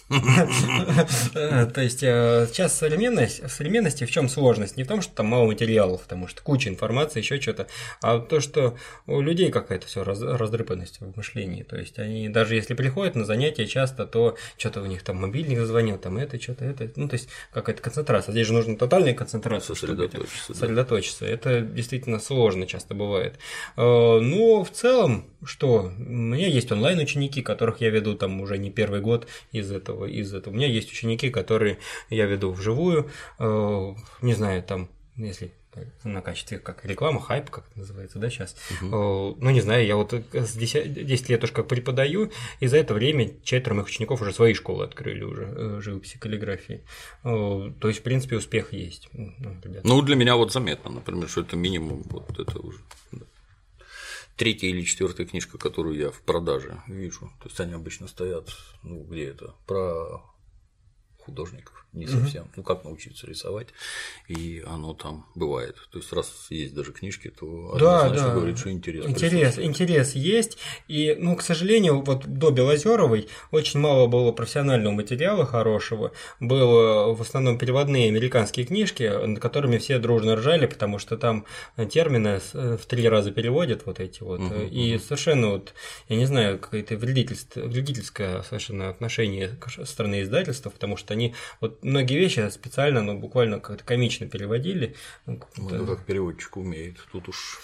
[SPEAKER 2] То есть сейчас современность, в современности в чем сложность? Не в том, что там мало материалов, потому что куча информации, еще что-то, а то, что у людей какая-то все раздрыпанность в мышлении. То есть они даже если приходят на занятия часто, то что-то у них там мобильник зазвонил, там это, что-то это. Ну, то есть какая-то концентрация. Здесь же нужна тотальная концентрация, чтобы сосредоточиться. Это действительно сложно часто бывает. Но в целом, что? У меня есть онлайн-ученики, которых я веду там уже не первый год из этого. Из этого. У меня есть ученики, которые я веду вживую, э, не знаю, там, если на качестве как реклама, хайп, как это называется, да, сейчас. Uh-huh. Э, ну, не знаю, я вот с десять лет уж как преподаю, и за это время четверо моих учеников уже свои школы открыли уже, э, живописи, каллиграфии. Э, то есть, в принципе, успех есть. Ну,
[SPEAKER 1] ну, для меня вот заметно, например, что это минимум, вот это уже… Третья или четвертая книжка, которую я в продаже вижу. То есть они обычно стоят, ну, где это, про художников, не совсем. Mm-hmm. Ну, как научиться рисовать, и оно там бывает. То есть, раз есть даже книжки, то
[SPEAKER 2] да,
[SPEAKER 1] однозначно
[SPEAKER 2] да.
[SPEAKER 1] говорит, что интерес.
[SPEAKER 2] Интерес, интерес есть. И, ну, к сожалению, вот до Белозеровой очень мало было профессионального материала хорошего. Было в основном переводные американские книжки, над которыми все дружно ржали, потому что там термины в три раза переводят вот эти вот. Uh-huh, и uh-huh. совершенно вот, я не знаю, какое-то вредительское совершенно отношение со стороны издательства, потому что они вот многие вещи специально, ну, буквально как-то комично переводили.
[SPEAKER 1] Ну, это как переводчик умеет, тут уж…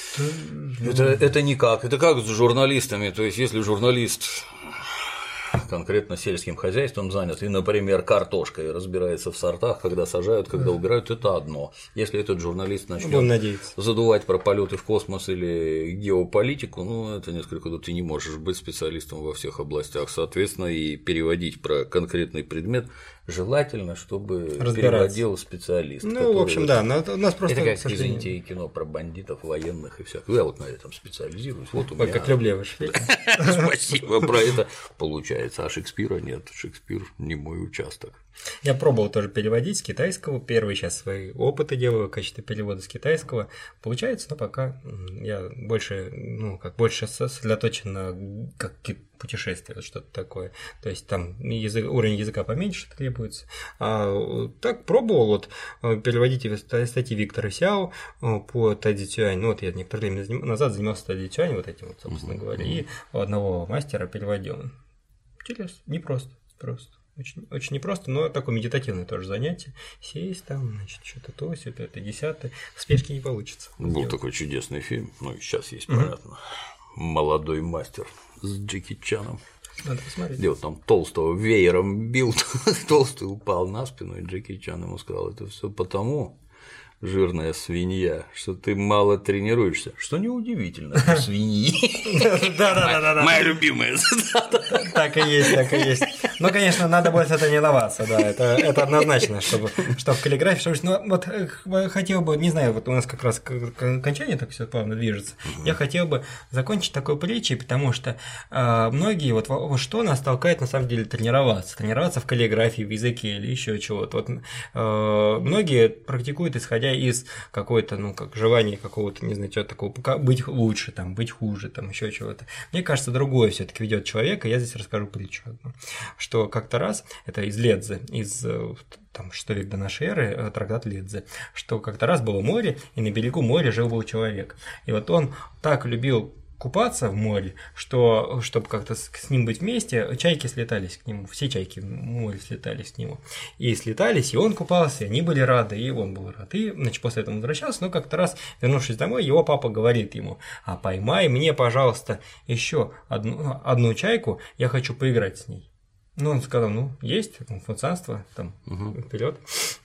[SPEAKER 1] Это, это никак, это как с журналистами, то есть если журналист конкретно сельским хозяйством занят и, например, картошкой разбирается в сортах, когда сажают, когда убирают, это одно. Если этот журналист начнет задувать про полеты в космос или геополитику, ну это несколько, ну, ты не можешь быть специалистом во всех областях, соответственно, и переводить про конкретный предмет желательно, чтобы переводил специалист.
[SPEAKER 2] Ну, в общем, да, у нас просто…
[SPEAKER 1] Это как, извините, и кино про бандитов, военных и всякое. Я вот на этом специализируюсь. Вот у
[SPEAKER 2] Ой,
[SPEAKER 1] меня…
[SPEAKER 2] как люблю ваш фильм.
[SPEAKER 1] Спасибо, про это получается. А Шекспира нет. Шекспир не мой участок.
[SPEAKER 2] Я пробовал тоже переводить с китайского. Первые сейчас свои опыты делаю в качестве перевода с китайского. Получается, но пока я больше, ну, как больше сосредоточен на как путешествие, что-то такое. То есть там язык, уровень языка поменьше требуется. А так пробовал вот переводить статьи Виктора Сяо по Тайзи Цюань. Ну, вот я некоторое время назад занимался Тайзи Цюань, вот этим вот, собственно говоря, и у одного мастера переводил. Интересно, непросто, просто. Очень, очень непросто, но такое медитативное тоже занятие. Сесть там, значит, что-то то, все пятое, десятое. В спешке не получится.
[SPEAKER 1] Был делать. Такой чудесный фильм, ну и сейчас есть, mm-hmm. понятно. «Молодой мастер» с Джеки Чаном.
[SPEAKER 2] Надо посмотреть.
[SPEAKER 1] Где вот там толстого веером бил, толстый упал на спину, и Джеки Чан ему сказал: это все потому, жирная свинья, что ты мало тренируешься, что неудивительно, что свиньи.
[SPEAKER 2] Да-да-да.
[SPEAKER 1] Моя любимая цитата.
[SPEAKER 2] Так и есть, так и есть. Ну, конечно, надо больше тренироваться, да, это, это однозначно, чтобы, чтобы в каллиграфии, чтобы, ну, вот хотел бы, не знаю, вот у нас как раз к окончанию так все плавно движется, угу. Я хотел бы закончить такой притчей, потому что э, многие, вот что нас толкает на самом деле тренироваться, тренироваться в каллиграфии, в языке или еще чего-то. Вот, э, многие практикуют, исходя из какой-то, ну, как желания какого-то, не знаю, чего-то такого, быть лучше, там, быть хуже, там, еще чего-то. Мне кажется, другое все-таки ведет человека, я здесь расскажу притчу одну. Что как-то раз, это из Ледзе, из там, шестой век до нашей эры, трактат Ледзе, что как-то раз было море, и на берегу моря жил был человек. И вот он так любил купаться в море, что, чтобы как-то с, с ним быть вместе, чайки слетались к нему, все чайки в море слетались к нему. И слетались, и он купался, и они были рады, и он был рад. И, значит, после этого возвращался, но как-то раз, вернувшись домой, его папа говорит ему: а поймай мне, пожалуйста, еще одну, одну чайку, я хочу поиграть с ней. Ну, он сказал: ну, есть, функционство, там, угу. Вперед.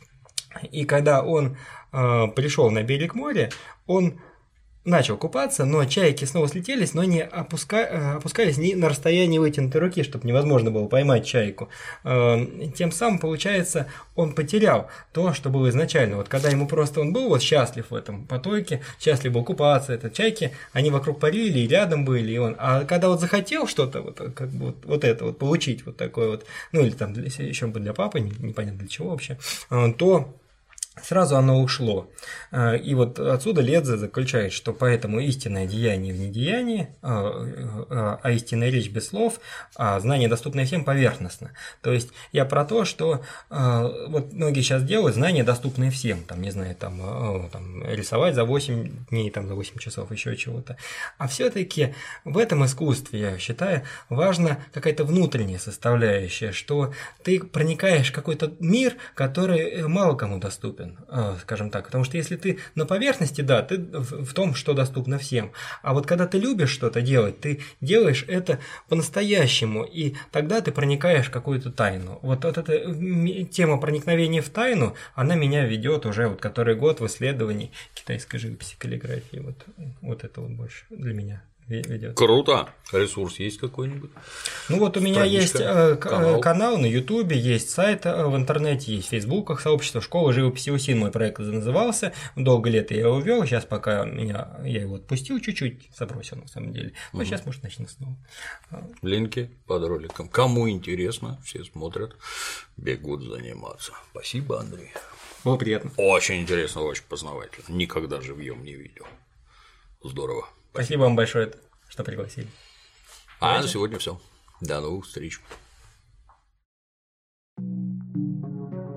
[SPEAKER 2] И когда он э, пришел на берег моря, он начал купаться, но чайки снова слетелись, но не опуска... опускались не на расстоянии вытянутой руки, чтобы невозможно было поймать чайку. Тем самым, получается, он потерял то, что было изначально. Вот когда ему просто он был вот счастлив в этом потоке, счастлив был купаться, это чайки, они вокруг парили и рядом были, и он. А когда вот захотел что-то вот, как бы вот, вот это вот получить, вот такое вот, ну или там для, еще бы для папы, непонятно для чего вообще, то сразу оно ушло. И вот отсюда Ледзе заключает, что поэтому истинное деяние в недеянии, а истинная речь без слов, а знание, доступное всем, поверхностно. То есть я про то, что вот многие сейчас делают знания, доступные всем, там, не знаю, там, там рисовать за восемь дней, там, за восемь часов, еще чего-то. А все-таки в этом искусстве, я считаю, важна какая-то внутренняя составляющая, что ты проникаешь в какой-то мир, который мало кому доступен, скажем так, потому что если ты на поверхности, да, ты в том, что доступно всем, а вот когда ты любишь что-то делать, ты делаешь это по-настоящему, и тогда ты проникаешь в какую-то тайну. Вот, вот эта тема проникновения в тайну, она меня ведет уже вот который год в исследовании китайской живописи, каллиграфии, вот, вот это вот больше для меня ведет.
[SPEAKER 1] Круто. Ресурс есть какой-нибудь?
[SPEAKER 2] Ну вот у меня есть канал. канал на Ютубе, есть сайт в интернете, есть в Фейсбуках, сообщество «Школа живописи УСИН», мой проект назывался, долго лет я его вел, сейчас пока меня, я его отпустил чуть-чуть, забросил на самом деле, но угу. Сейчас, может, начну снова.
[SPEAKER 1] Линки под роликом. Кому интересно, все смотрят, бегут заниматься. Спасибо, Андрей.
[SPEAKER 2] Было приятно.
[SPEAKER 1] Очень интересно, очень познавательно. Никогда живьем не видел. Здорово.
[SPEAKER 2] Спасибо вам большое, что пригласили.
[SPEAKER 1] А Давайте. На сегодня все. До новых встреч.